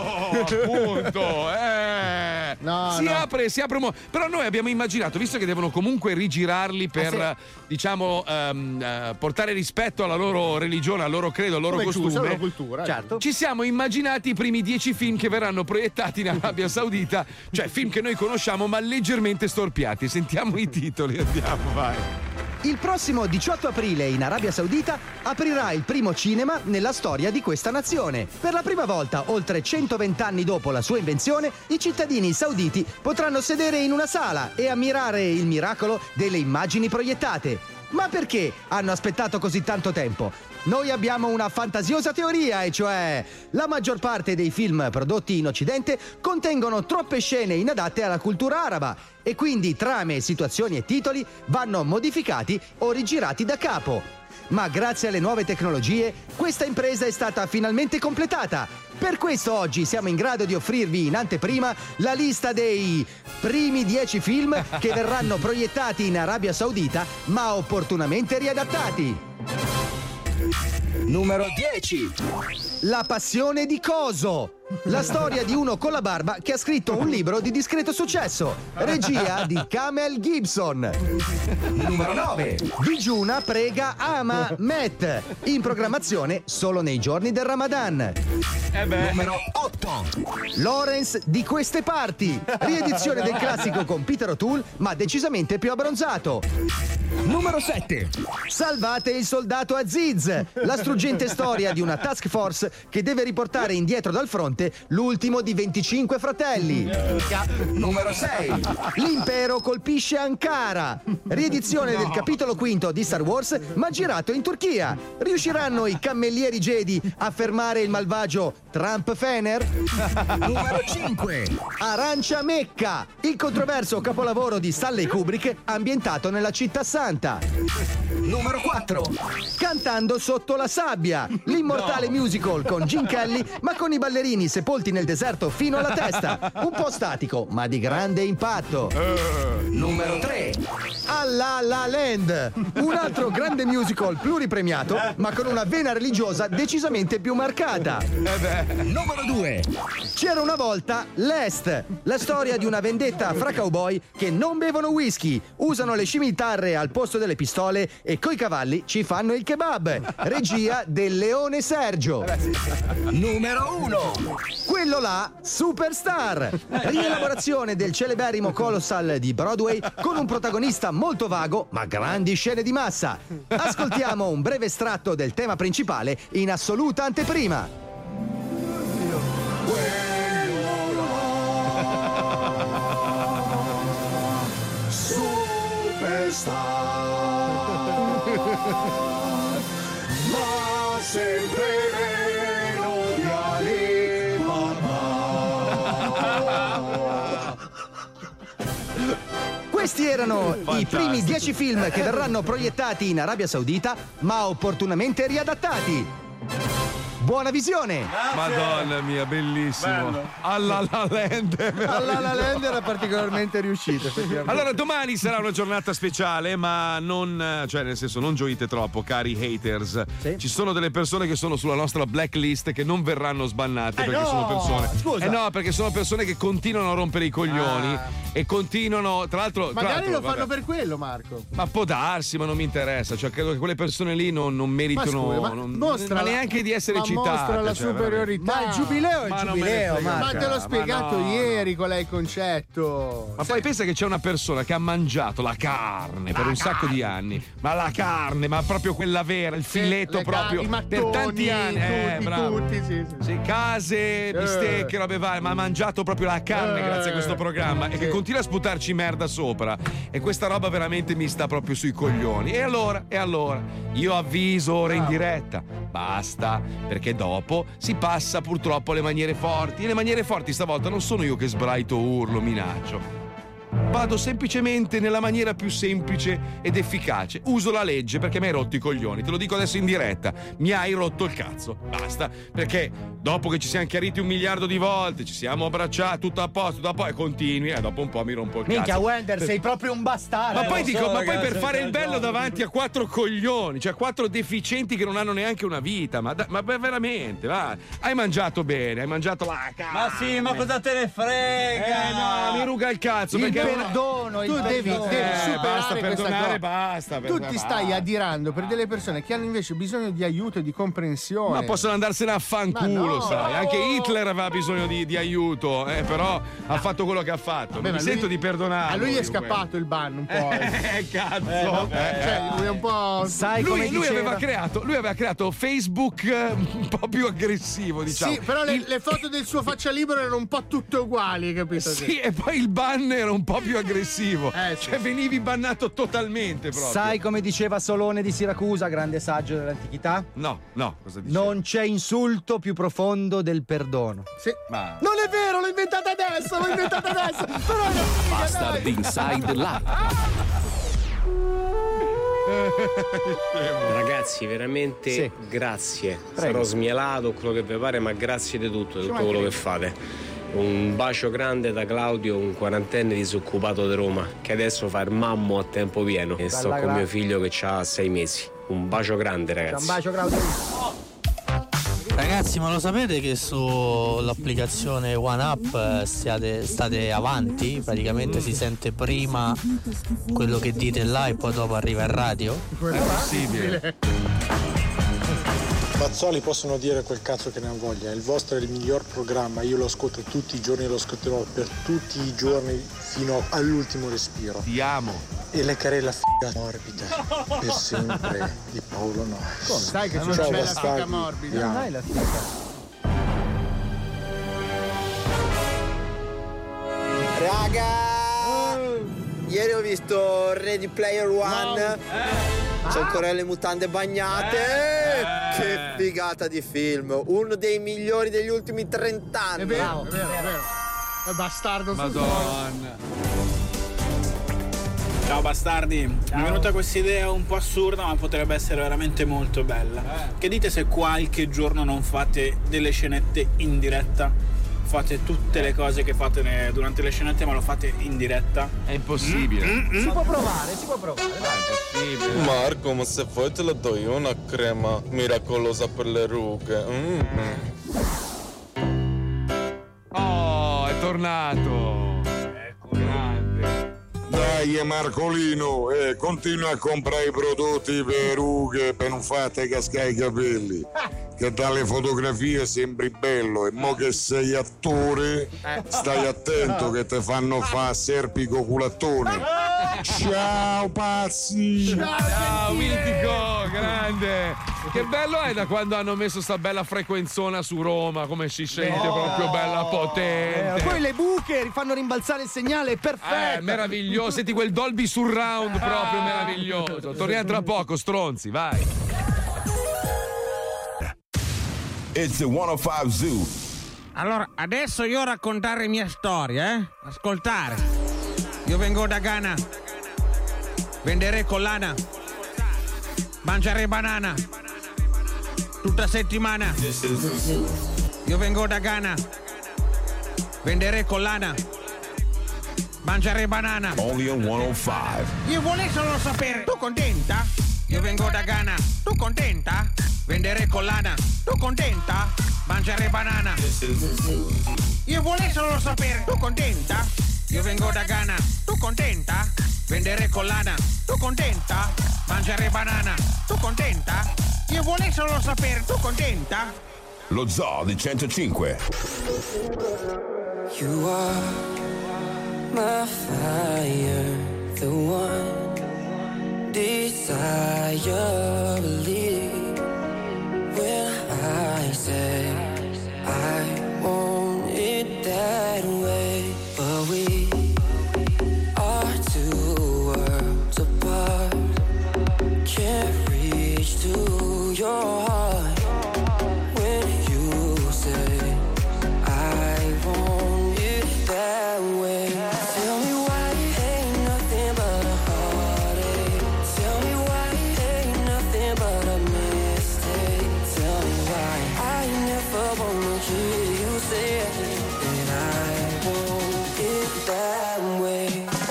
appunto, eh. No, si no. apre, si apre un mo- però noi abbiamo immaginato, visto che devono comunque rigirarli per, Ah, diciamo, ehm, eh, portare rispetto alla loro religione, al loro credo, al loro Come giusto, costume, alla loro cultura, certo. ci siamo immaginati i primi dieci film che verranno proiettati in Arabia Saudita, cioè film che noi conosciamo ma leggermente storpiati. Sentiamo i titoli, andiamo, vai. Il prossimo diciotto aprile in Arabia Saudita aprirà il primo cinema nella storia di questa nazione. Per la prima volta, oltre centoventi anni dopo la sua invenzione, i cittadini sauditi potranno sedere in una sala e ammirare il miracolo delle immagini proiettate. Ma perché hanno aspettato così tanto tempo? Noi abbiamo una fantasiosa teoria, e cioè la maggior parte dei film prodotti in Occidente contengono troppe scene inadatte alla cultura araba e quindi trame, situazioni e titoli vanno modificati o rigirati da capo. Ma grazie alle nuove tecnologie, questa impresa è stata finalmente completata. Per questo oggi siamo in grado di offrirvi in anteprima la lista dei primi dieci film che verranno proiettati in Arabia Saudita, ma opportunamente riadattati. Numero dieci. La passione di Coso. La storia di uno con la barba che ha scritto un libro di discreto successo. Regia di Kamel Gibson. Numero nove. Digiuna prega ama Met. In programmazione solo nei giorni del Ramadan. Numero otto. Lawrence di queste parti. Riedizione del classico con Peter O'Toole, ma decisamente più abbronzato. Numero sette. Salvate il soldato Aziz. La struggente storia di una task force che deve riportare indietro dal fronte l'ultimo di venticinque fratelli. Numero sei. L'impero colpisce Ankara. Riedizione del capitolo quinto di Star Wars, ma girato in Turchia. Riusciranno i cammellieri Jedi a fermare il malvagio Trump Fener? Numero cinque. Arancia Mecca. Il controverso capolavoro di Stanley Kubrick ambientato nella città santa. Numero quattro. Cantando sotto la sabbia. L'immortale musical con Gene Kelly, ma con i ballerini sepolti nel deserto fino alla testa. Un po' statico, ma di grande impatto. Numero tre. Alla La Land. Un altro grande musical pluripremiato, ma con una vena religiosa decisamente più marcata. Numero due. C'era una volta l'Est. La storia di una vendetta fra cowboy che non bevono whisky, usano le scimitarre al posto delle pistole e coi cavalli ci fanno il kebab. Regia del Leone Sergio. Numero uno. Quello là, Superstar. Rielaborazione del celeberrimo Colossal di Broadway con un protagonista molto vago ma grandi scene di massa. Ascoltiamo un breve estratto del tema principale in assoluta anteprima. sempre meno di Alibaba. Questi erano i primi dieci film che verranno proiettati in Arabia Saudita, ma opportunamente riadattati. Buona visione! Madonna mia, bellissimo. Bello. Alla La Land. Alla La Land era particolarmente riuscito, effettivamente. Allora, domani sarà una giornata speciale, ma non, cioè nel senso, non gioite troppo, cari haters. Ci sono delle persone che sono sulla nostra blacklist che non verranno sbannate Eh perché no! sono persone. Scusa. Eh no, perché sono persone che continuano a rompere i coglioni Ah. e continuano, tra l'altro. tra Magari l'altro, lo fanno vabbè. per quello, Marco. Ma può darsi, ma non mi interessa. Cioè, credo che quelle persone lì non, non meritano. Ma scusa, ma non- mostra ma la- neanche di essere ma citate. mostra la cioè, superiorità. Ma il giubileo è il Ma non me ne giubileo, frega Marco. Ma te l'ho Ma spiegato no, ieri qual è il concetto. Ma poi pensa che c'è una persona che ha mangiato la carne per un sacco di anni, ma la carne, ma proprio quella vera, il filetto le proprio ca- i per mattoni, tanti anni, eh, tutti, bravo. tutti, sì, sì. Sì, case, bistecche, robe varie, ma ha mangiato proprio la carne Eh, grazie a questo programma e che continua a sputarci merda sopra. E questa roba veramente mi sta proprio sui coglioni. E allora, e allora, io avviso ora in diretta, basta, perché dopo si passa purtroppo alle maniere forti. E le maniere forti stavolta non sono io che sbraito, urlo, minaccio. Vado semplicemente nella maniera più semplice ed efficace. Uso la legge perché mi hai rotto i coglioni. Te lo dico adesso in diretta. Mi hai rotto il cazzo. Basta. Perché dopo che ci siamo chiariti un miliardo di volte, ci siamo abbracciati, tutto a posto, tutto a posto, e continui, e dopo un po' mi rompo il cazzo. Minchia, Wender, Per- sei proprio un bastardo. Ma poi Eh, lo dico, so, ma poi ragazzi, per fare hai il bello ragione. davanti a quattro coglioni, cioè quattro deficienti che non hanno neanche una vita. Ma, da- ma veramente, va. Hai mangiato bene, hai mangiato la carne. Ma sì, ma cosa te ne frega? Eh no, mi ruga il cazzo Il perché perdono, tu il devi, perdono. devi Eh, superare basta questa perdonare, cosa. basta, Tu perdonare, ti stai basta. adirando per delle persone che hanno invece bisogno di aiuto e di comprensione. Ma possono andarsene a fanculo, Ma no. sai. Anche Hitler aveva bisogno di, di aiuto, eh, però ha fatto quello che ha fatto. Vabbè, mi ma lui- sento di perdonare. A lui è scappato il ban un po'. Eh, cazzo. Eh, vabbè, cioè, lui è un po'. Sai lui, come lui diceva- aveva creato, lui aveva creato Facebook eh, un po' più aggressivo, diciamo. Sì, però le, le foto del suo faccia libero erano un po' tutte uguali, capito? Sì, e poi il ban era un po' più aggressivo. Eh, sì. Cioè, venivi bannato totalmente proprio. Sai come diceva Solone di Siracusa, grande saggio dell'antichità? No, no, cosa dici? Non c'è insulto più profondo del perdono. Sì. Ma... Non è vero, l'ho inventata adesso, l'ho inventata adesso. Però è una figa, Bastard dai. Inside Live. Ragazzi, veramente Sì. grazie. Prego. Sarò smielato quello che vi pare, ma grazie di tutto, di tutto quello che fate. Un bacio grande da Claudio, un quarantenne disoccupato di Roma, che adesso fa il mammo a tempo pieno e sto Bella con gra- mio figlio che ha sei mesi. Un bacio grande, Un ragazzi. bacio, Claudio. Ragazzi, ma lo sapete che sull'applicazione OneUp eh, siate, state avanti? Praticamente si sente prima quello che dite là e poi dopo arriva il radio? È possibile. Bazzoli possono dire quel cazzo che ne hanno voglia, il vostro è il miglior programma, io lo ascolto tutti i giorni e lo ascolterò per tutti i giorni fino all'ultimo respiro. Ti amo. E leccherei la figa morbida per sempre di Paolo Noyes. Come? Sai che non Ciao, c'è la bastardi. figa morbida? Vi amo. Dai la figa. Raga, ieri ho visto Ready Player One. C'ho ancora le mutande bagnate. Che figata di film! Uno dei migliori degli ultimi trent'anni. È vero, è vero, è vero. È bastardo sul Madonna. Ciao bastardi, mi è venuta questa idea un po' assurda ma potrebbe essere veramente molto bella. Che dite se qualche giorno non fate delle scenette in diretta? Fate tutte le cose che fate ne- durante le scenette ma lo fate in diretta? È impossibile. Si può provare, si può provare, dai. Marco, ma se vuoi te la do io una crema miracolosa per le rughe. Mm. Oh, è tornato. Ecco, grande. Dai Marcolino, eh, continua a comprare i prodotti per rughe per non farti cascare i capelli. Che dalle fotografie sembri bello e mo che sei attore stai attento che te fanno fa serpico culattone. Ciao pazzi! Ciao mitico, grande. Che bello è da quando hanno messo sta bella frequenzona su Roma, come si sente, Oh. proprio bella potente. Eh, poi le buche fanno rimbalzare il segnale, perfetto. Eh, meraviglioso, senti quel Dolby Surround proprio meraviglioso. Torniamo tra poco, stronzi, vai. It's the centocinque Zoo. Allora, adesso io raccontare mia storia, eh? Ascoltare. Io vengo da Ghana. Vendere collana. Mangiare banana. Tutta settimana. Io vengo da Ghana. Vendere collana. Mangiare banana. Only on centocinque. Io volevo solo sapere, tu contenta? Io vengo da Ghana, tu contenta? Vendere collana, tu contenta? Mangiare banana. Io volevo solo sapere, tu contenta? Io vengo da Ghana, tu contenta? Vendere collana, tu contenta? Mangiare banana, tu contenta? Io volevo solo sapere, tu contenta? Lo Zoo di centocinque. You are my fire, the one desire, believe when I say I want it that way, but we are two worlds apart, can't reach to your heart when you say I want it that way. Tell me why ain't nothing but a heartache. Tell me why ain't nothing but a mistake. Tell me why I never wanna hear you say that I want it that way.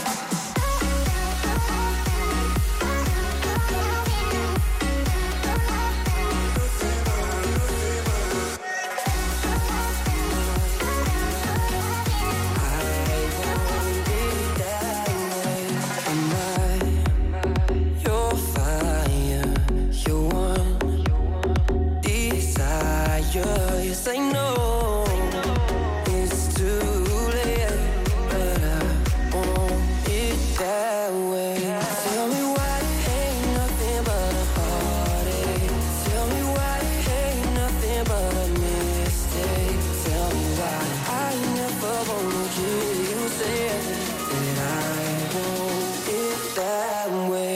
Yes, I know it's too late, but I want it that way. Tell me why ain't nothing but a heartache. Tell me why ain't nothing but a mistake. Tell me why I never wanna hear you say that I want it that way.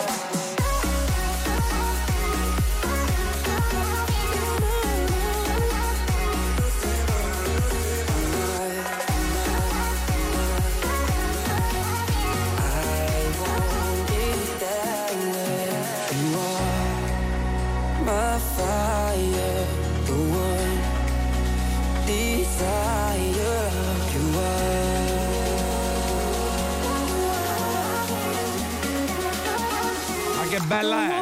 My fire, the one desire, you Ma che bella è!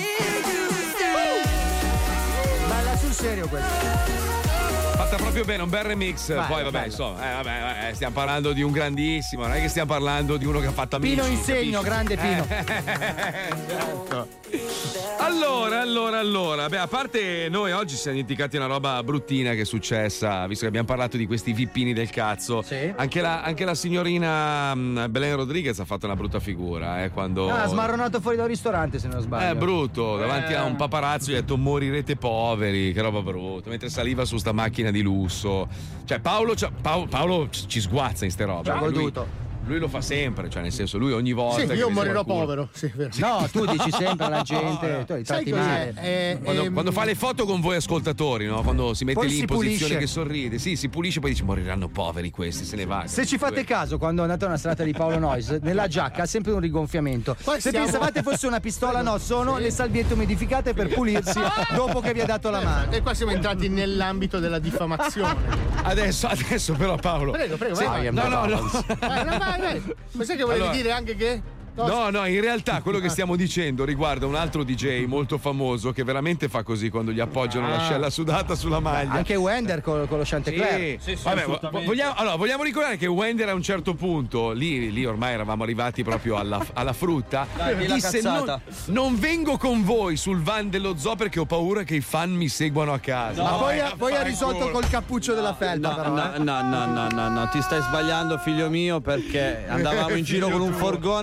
Bella sul serio questa. Fatta proprio bene, un bel remix. Bello, Poi vabbè, bello. insomma, eh, vabbè, eh, stiamo parlando di un grandissimo, non è che stiamo parlando di uno che ha fatto amici. Pino Insegno, capisci? grande Pino. Eh, certo. Allora, allora, allora, beh, a parte noi oggi siamo dimenticati una roba bruttina che è successa, visto che abbiamo parlato di questi vippini del cazzo. Sì. Anche la, anche la signorina mh, Belen Rodriguez ha fatto una brutta figura, eh, quando. Ah, smarronato fuori da un ristorante, se non sbaglio. È brutto, davanti Eh. a un paparazzo gli ha detto morirete poveri, che roba brutta, mentre saliva su sta macchina di lusso. Cioè Paolo, c'ha- Paolo, Paolo ci sguazza in ste robe. Ci ha Lui- goduto. Lui lo fa sempre, cioè nel senso lui ogni volta. Sì, che io vede morirò qualcuno- povero. Sì, vero. No, tu dici sempre alla gente, tu li Sai tratti cos'è? male. Eh, Quando, ehm, quando fa le foto con voi ascoltatori, no? Quando si mette Poi lì si in posizione pulisce. che sorride, sì, si pulisce, poi dice moriranno poveri questi, se ne va. Se ci fate caso, quando andate a una serata di Paolo Noyes, nella giacca ha sempre un rigonfiamento. Poi Se stiamo- pensavate fosse una pistola, no, sono le salviette umidificate per pulirsi dopo che vi ha dato la mano. E qua siamo entrati nell'ambito della diffamazione. Adesso, adesso però Paolo. Prego, prego, Sì, vai. no, no, no. Vai, vai, vai, vai. Ma sai che volevi Allora- dire anche che? No, no, in realtà quello che stiamo dicendo riguarda un altro D J molto famoso che veramente fa così quando gli appoggiano Ah. l'ascella sudata sulla maglia. Anche Wender con, con lo Chantecler. Sì, Vabbè, vo- vogliamo, allora, vogliamo ricordare che Wender a un certo punto, lì, lì ormai eravamo arrivati proprio alla, alla frutta, Dai, di la disse non, cazzata. non vengo con voi sul van dello zoo perché ho paura che i fan mi seguano a casa. Ma No, poi, eh, ha- poi ha fai risolto culo. col cappuccio della felpa, No, però. no, eh. no, no, no, no, no, ti stai sbagliando, figlio mio, perché andavamo in giro con un furgone con ski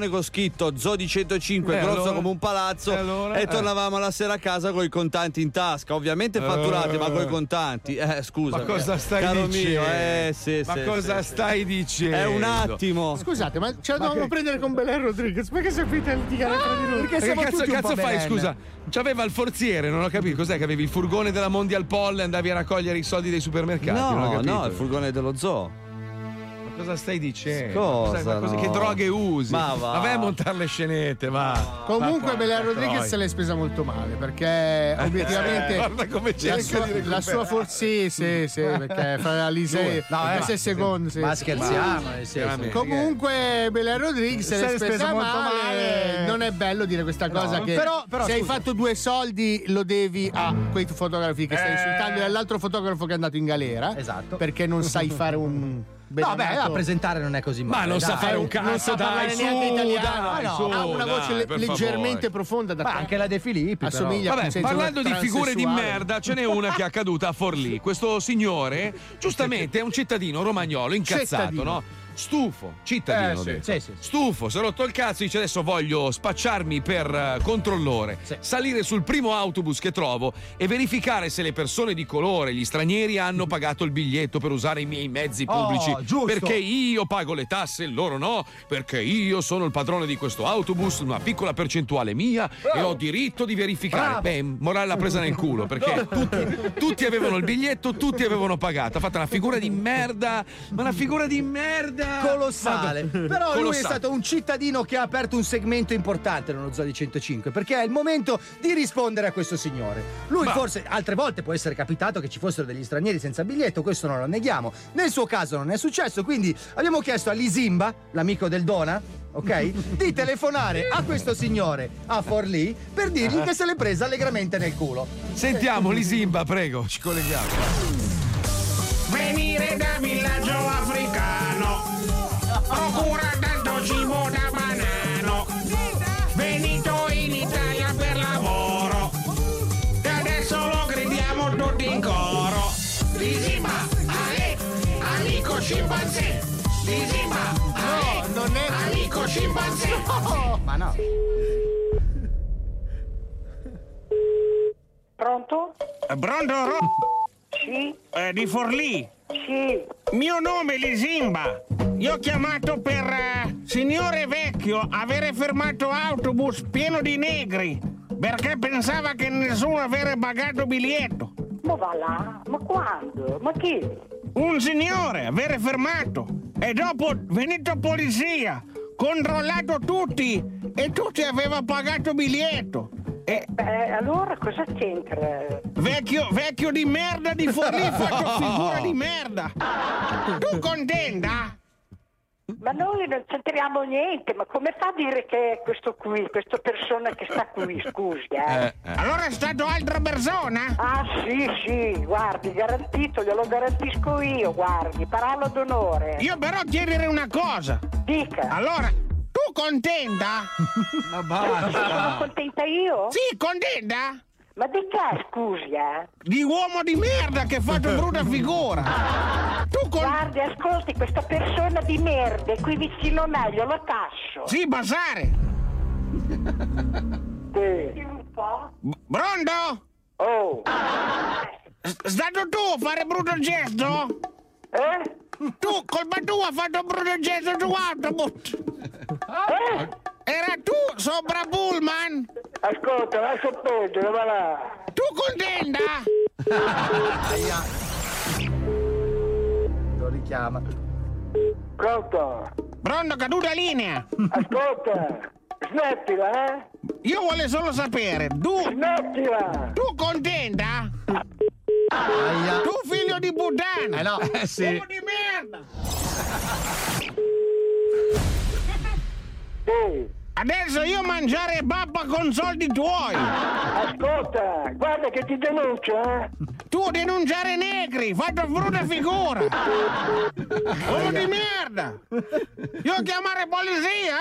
scritto Zodi centocinque, Eh, grosso allora? come un palazzo, E allora? e Eh. tornavamo la sera a casa con i contanti in tasca, ovviamente fatturati, Eh. ma con i contanti. Eh, scusa. Ma cosa stai caro dicendo? mio, eh, sì, Ma sì, cosa sì, stai sì. dicendo? È un attimo. Scusate, ma ce la Ma dovevamo che- prendere con Belen Rodriguez? Perché sapete a litigare tra di noi? Perché Che siamo cazzo, tutti un cazzo po' fai, Belen. scusa? C'aveva il forziere, non ho capito. Cos'è che avevi? Il furgone della Mondial Poll e andavi a raccogliere i soldi dei supermercati? non ho No, capito. no, il furgone dello zoo. Ma cosa stai dicendo? Cosa, Ma cosa- no? Che droghe usi? Ma va. vai a montare le scenette, va. Comunque Ma Belen porca Rodriguez troia. se l'è spesa molto male perché obiettivamente Eh, guarda come cerca la sua, di la recuperare. sua forza sì sì sì perché fra Alisei No, eh, questo è il secondo sì. Ma scherziamo, nel senso. Veramente. Comunque Belen Rodriguez se l'è spesa molto male. male. Non è bello dire questa cosa che però- però, se hai scusa. fatto due soldi lo devi a quei fotografi che stai Eh. insultando e all'altro fotografo che è andato in galera Esatto. perché non sai fare un No, beh, benamato- a presentare non è così male. Ma non sa dai. fare un non cazzo, sa dai, parlare su, neanche italiano. dai, Ah, no, su, ha una voce dai, le- per leggermente favore. profonda da Ma anche la De Filippi. però. assomiglia a Vabbè, senza parlando di una figure di transessuale. merda, ce n'è una che è accaduta a Forlì. Questo signore, giustamente, è un cittadino romagnolo incazzato, Cittadino. no? Stufo, cittadino. Eh, ho sì, detto. sì, sì. Stufo, si è rotto il cazzo, dice adesso voglio spacciarmi per eh, controllore, Sì. salire sul primo autobus che trovo e verificare se le persone di colore, gli stranieri, hanno pagato il biglietto per usare i miei mezzi Oh, pubblici. giusto. Perché io pago le tasse e loro no, perché io sono il padrone di questo autobus, una piccola percentuale mia e ho diritto di verificare. Bravo. Beh, morale l'ha presa nel culo perché tutti, tutti avevano il biglietto, tutti avevano pagato. Ha fatto una figura di merda, ma una figura di merda Colossale. Madonna. Però lui è Colossale. stato un cittadino che ha aperto un segmento importante nello Zoo di centocinque perché è il momento di rispondere a questo signore. Lui Ma- forse altre volte può essere capitato che ci fossero degli stranieri senza biglietto, questo non lo neghiamo. Nel suo caso non è successo, quindi abbiamo chiesto a Lisimba, l'amico del Dona, ok, di telefonare a questo signore a Forlì per dirgli che se l'è presa allegramente nel culo. Sentiamo Lisimba, prego, ci colleghiamo. Venire da villaggio africano procura tanto cibo da banano. Venito in Italia per lavoro e adesso lo gridiamo tutti in coro. Lisimba, Ale, amico scimpanzé. Lisimba, Ale, No, non è- amico scimpanzé. Ma no. Pronto? Pronto? Ro- Sì, eh, di Forlì. sì. Mio nome è Lisimba. Io ho chiamato per eh, signore vecchio avere fermato autobus pieno di negri perché pensava che nessuno avrebbe pagato biglietto. Ma va là, ma quando? Ma chi? Un signore avere fermato e dopo venuto polizia, controllato tutti e tutti avevano pagato biglietto. E Beh, allora cosa c'entra? vecchio, vecchio di merda di Forlì, fatto figura di merda. Tu contenta? Ma noi non c'entriamo niente, ma come fa a dire che è questo qui, questa persona che sta qui, scusi, eh? Allora è stato altra persona? Ah sì, sì, guardi, garantito, glielo garantisco io, guardi, parola d'onore. Io però chiedere una cosa. Dica. Allora, tu contenta? Ma Sono contenta io? Sì, contenta? Ma di che, scusi, eh? Di uomo di merda che ha fatto brutta figura. Tu con... Guardi, ascolti, questa persona di merda è qui vicino a me, glielo tasso. Sì, basare. Sì. Un po'? B- Pronto? Oh. S- Stato tu a fare brutto gesto? Eh? Tu, colpa tua, hai fatto un brutto gesto su autobus. Eh? Era tu sopra Pullman? Ascolta, lascia peggio, va là. Tu contenta? Lo richiama. Pronto? Pronto, caduta linea. Ascolta, smettila, eh? Io vuole solo sapere, tu... Smettila! Tu contenta? Aia. Tu figlio di puttana! Eh no, eh sì. Uomo di merda! Sì. Adesso io mangiare pappa con soldi tuoi! Ascolta, guarda che ti denuncio, eh? Tu denunciare negri, fatto brutta figura! Uomo di merda! Io chiamare polizia,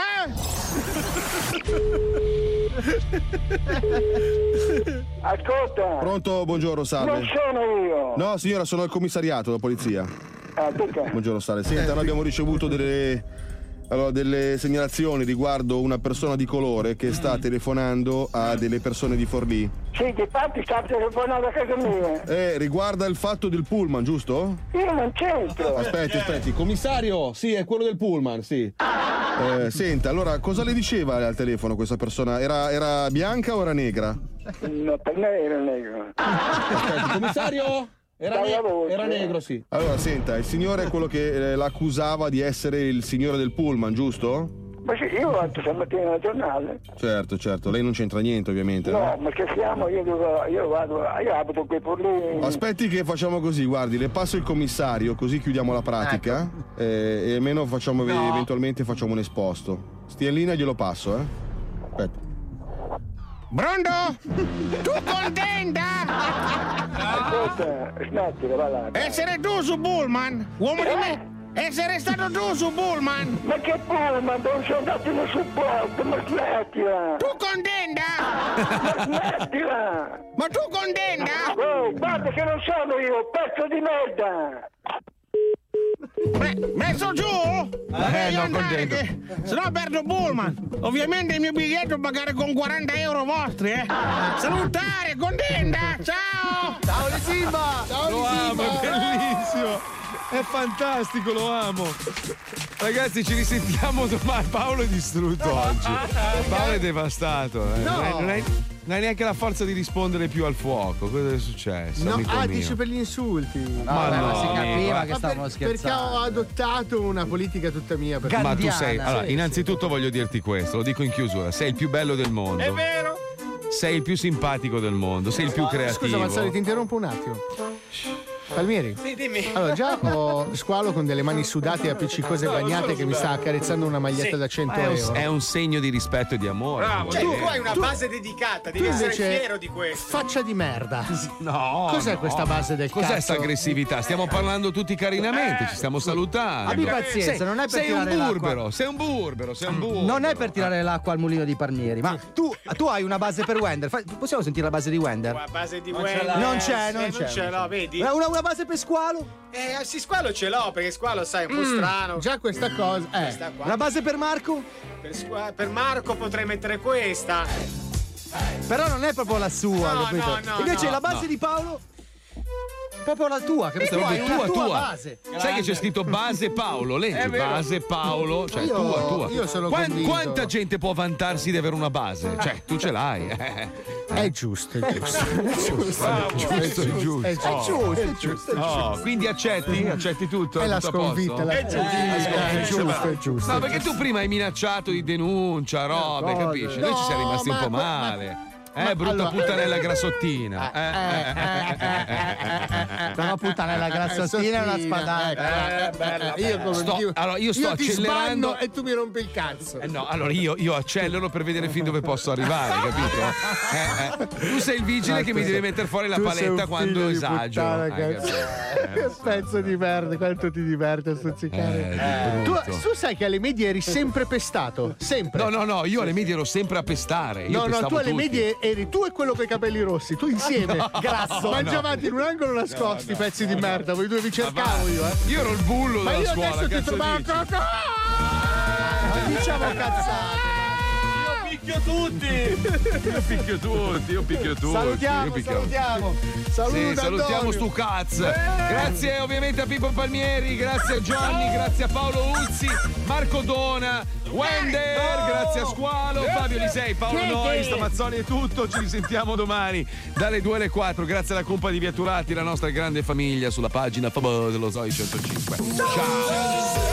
eh? Ascolta! Pronto, buongiorno, salve. Non sono io! No, signora, sono al commissariato, la polizia. Ah, dica. Buongiorno, salve. Senta, noi abbiamo ricevuto delle, Allora, delle segnalazioni riguardo una persona di colore che sta telefonando a delle persone di Forlì. Sì, che fatti sta telefonando a casa mia? Eh, riguarda il fatto del pullman, giusto? Io non c'entro. Aspetti, aspetti. Commissario, sì, è quello del pullman, sì. Eh, senta, allora, cosa le diceva al telefono questa persona? Era, era bianca o era negra? No, per me era negro. Aspetti, commissario? Era, ne- era negro, sì. Allora, senta, il signore è quello che eh, l'accusava di essere il signore del pullman, giusto? Ma sì, io ho fatto stamattina al giornale. Certo, certo, lei non c'entra niente, ovviamente. No, ma che siamo? Io, devo, io vado, io abito qui per lì. Aspetti che facciamo così, guardi, le passo il commissario, così chiudiamo la pratica. Ecco. eh, e almeno facciamo, no. eventualmente facciamo un esposto. Stia in linea, glielo passo, eh. Aspetta. Pronto? Tu contenta? Ascolta, smettila, va là. Essere tu su Pullman? Uomo di me? Essere stato tu su Pullman? Ma che Pullman? Non sono andato in nessun posto, ma smettila! Tu contenta? Ma smettila! Ma tu contenta? Oh, guarda che non sono io, pezzo di merda! Beh, messo giù? Eh, non contento. Che, se no perdo Pullman. Ovviamente il mio biglietto pagare con quaranta euro vostri, eh. Salutare, contenta! Ciao! Ciao di Simba! Ciao lo amo, è bellissimo! È fantastico, lo amo! Ragazzi, ci risentiamo domani. Paolo è distrutto oggi. Paolo è devastato. Eh. No. Non, hai, non, hai, non hai neanche la forza di rispondere più al fuoco. Cosa è successo? No, amico ah, mio? dici per gli insulti. No, ma no, ma si capiva ma che stavamo per, scherzando. Perché ho adottato una politica tutta mia. Per Ma tu sei. Allora, Sì, innanzitutto voglio dirti questo, lo dico in chiusura: sei il più bello del mondo. È vero. Sei il più simpatico del mondo, sei il più creativo. Scusa, Mazzoli, ti interrompo un attimo. Palmieri? Sì, dimmi. Allora, già ho Squalo con delle mani sudate e appiccicose bagnate che mi sta accarezzando una maglietta Sì. da cento È un, euro. è un segno di rispetto e di amore. Bravo, cioè, Vuol tu dire. hai una tu- base dedicata, devi tu essere invece- fiero di questo. Faccia di merda. No. Cos'è no. questa base del Cos'è cazzo? sta aggressività? Stiamo parlando tutti carinamente, ci stiamo salutando. Abbi pazienza, Sei- non è per sei un tirare l'acqua. burbero, sei un burbero, sei un burbero. Non è per tirare l'acqua al mulino di Palmieri, ma tu, tu hai una base per Wender. Fai- possiamo sentire la base di Wender? La base di Non Wender. ce l'ha. Non c'è, Eh, non c'è, Non ce non l'ho, vedi? Una, una- una base per Squalo? Eh, sì, Squalo ce l'ho, perché Squalo, sai, è un po' Mm, strano. Già questa cosa. Eh. Questa qua. Una base per Marco? Per, Squa- per Marco potrei mettere questa. Però non è proprio la sua, No, capito? no, no, Invece no. la base No. di Paolo? Proprio la tua, capito? Questa è Tu hai proprio una tua, tua tua. base. Sai che c'è scritto base Paolo, leggi È vero. base Paolo, cioè Io- tua, tua. io sono Quan- convinto. quanta gente può vantarsi di avere una base? Cioè, tu ce l'hai. eh. È giusto, è giusto. È giusto. Bravo, giusto, è giusto. È giusto, è giusto, è giusto. Oh, quindi accetti? Accetti tutto? È la Tutto a posto? sconfitta. la- È giusto, È giusto, è giusto. No, perché tu prima hai minacciato di denuncia, robe, Cose. capisci? Noi ci siamo No, rimasti un ma- po' ma- male. Eh, ma- brutta allora- puttanella grassottina. Eh, eh, eh, eh, eh. Però puttanella grassottina è una spadata. Eh, bella, io come Sto- dico- allora, io sto ti accelerando- sbanno e tu mi rompi il cazzo. Eh no, allora io, io accelero per vedere fin dove posso arrivare, capito? Eh, eh. Tu sei il vigile che mi deve mettere fuori la Tu sei paletta un quando figlio di esagero. puttana, Eh, cazzo. capito? Che pezzo di merda, quanto ti diverti a stuzzicare. Eh, di tu, brutto. tu sai che alle medie eri sempre pestato, sempre. No, no, no, io alle medie ero sempre a pestare. Io No, no, pestavo tu alle tutti. medie eri tu e quello con i capelli rossi, tu insieme, No, grasso, no. mangiavate in un angolo nascosti, No, no. pezzi di merda, voi due vi cercavo io, eh. Io ero il bullo Ma della io scuola, adesso ti cazzo trovavo dici? Non diciamo cazzate. Picchio tutti! Io picchio tutti, io picchio tutti. Salutiamo, io picchio- salutiamo. Saluta, Sì, salutiamo Antonio. stu cazzo. Grazie ovviamente a Pippo Palmieri, grazie a Johnny, grazie a Paolo Uzzi, Marco Dona, Wender, grazie a Squalo, Fabio Lisei, Paolo Noi, Stamazzoni è tutto. Ci risentiamo domani dalle due alle quattro. Grazie alla Cumpa di Via Turati, la nostra grande famiglia sulla pagina famosa dello Zoo centocinque. Ciao!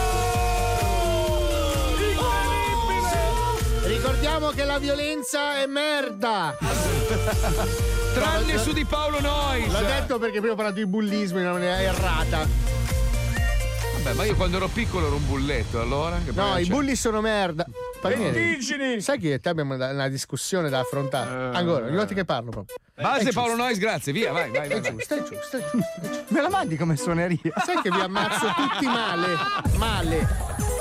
Ricordiamo che la violenza è merda. Tranne su di Paolo Nois. L'ho detto perché prima ho parlato di bullismo in una maniera errata. Vabbè, ma io quando ero piccolo ero un bulletto, allora? Che No, poi i c'è- bulli sono merda. Palmieri, sai che te abbiamo una, una discussione da affrontare? Ancora, ogni volta che parlo proprio. Base È Paolo giusto. Nois, grazie, via, vai, vai, vai. È giusto, è giusto, è giusto. Me la mandi come suoneria? Sai che vi ammazzo tutti male? Male.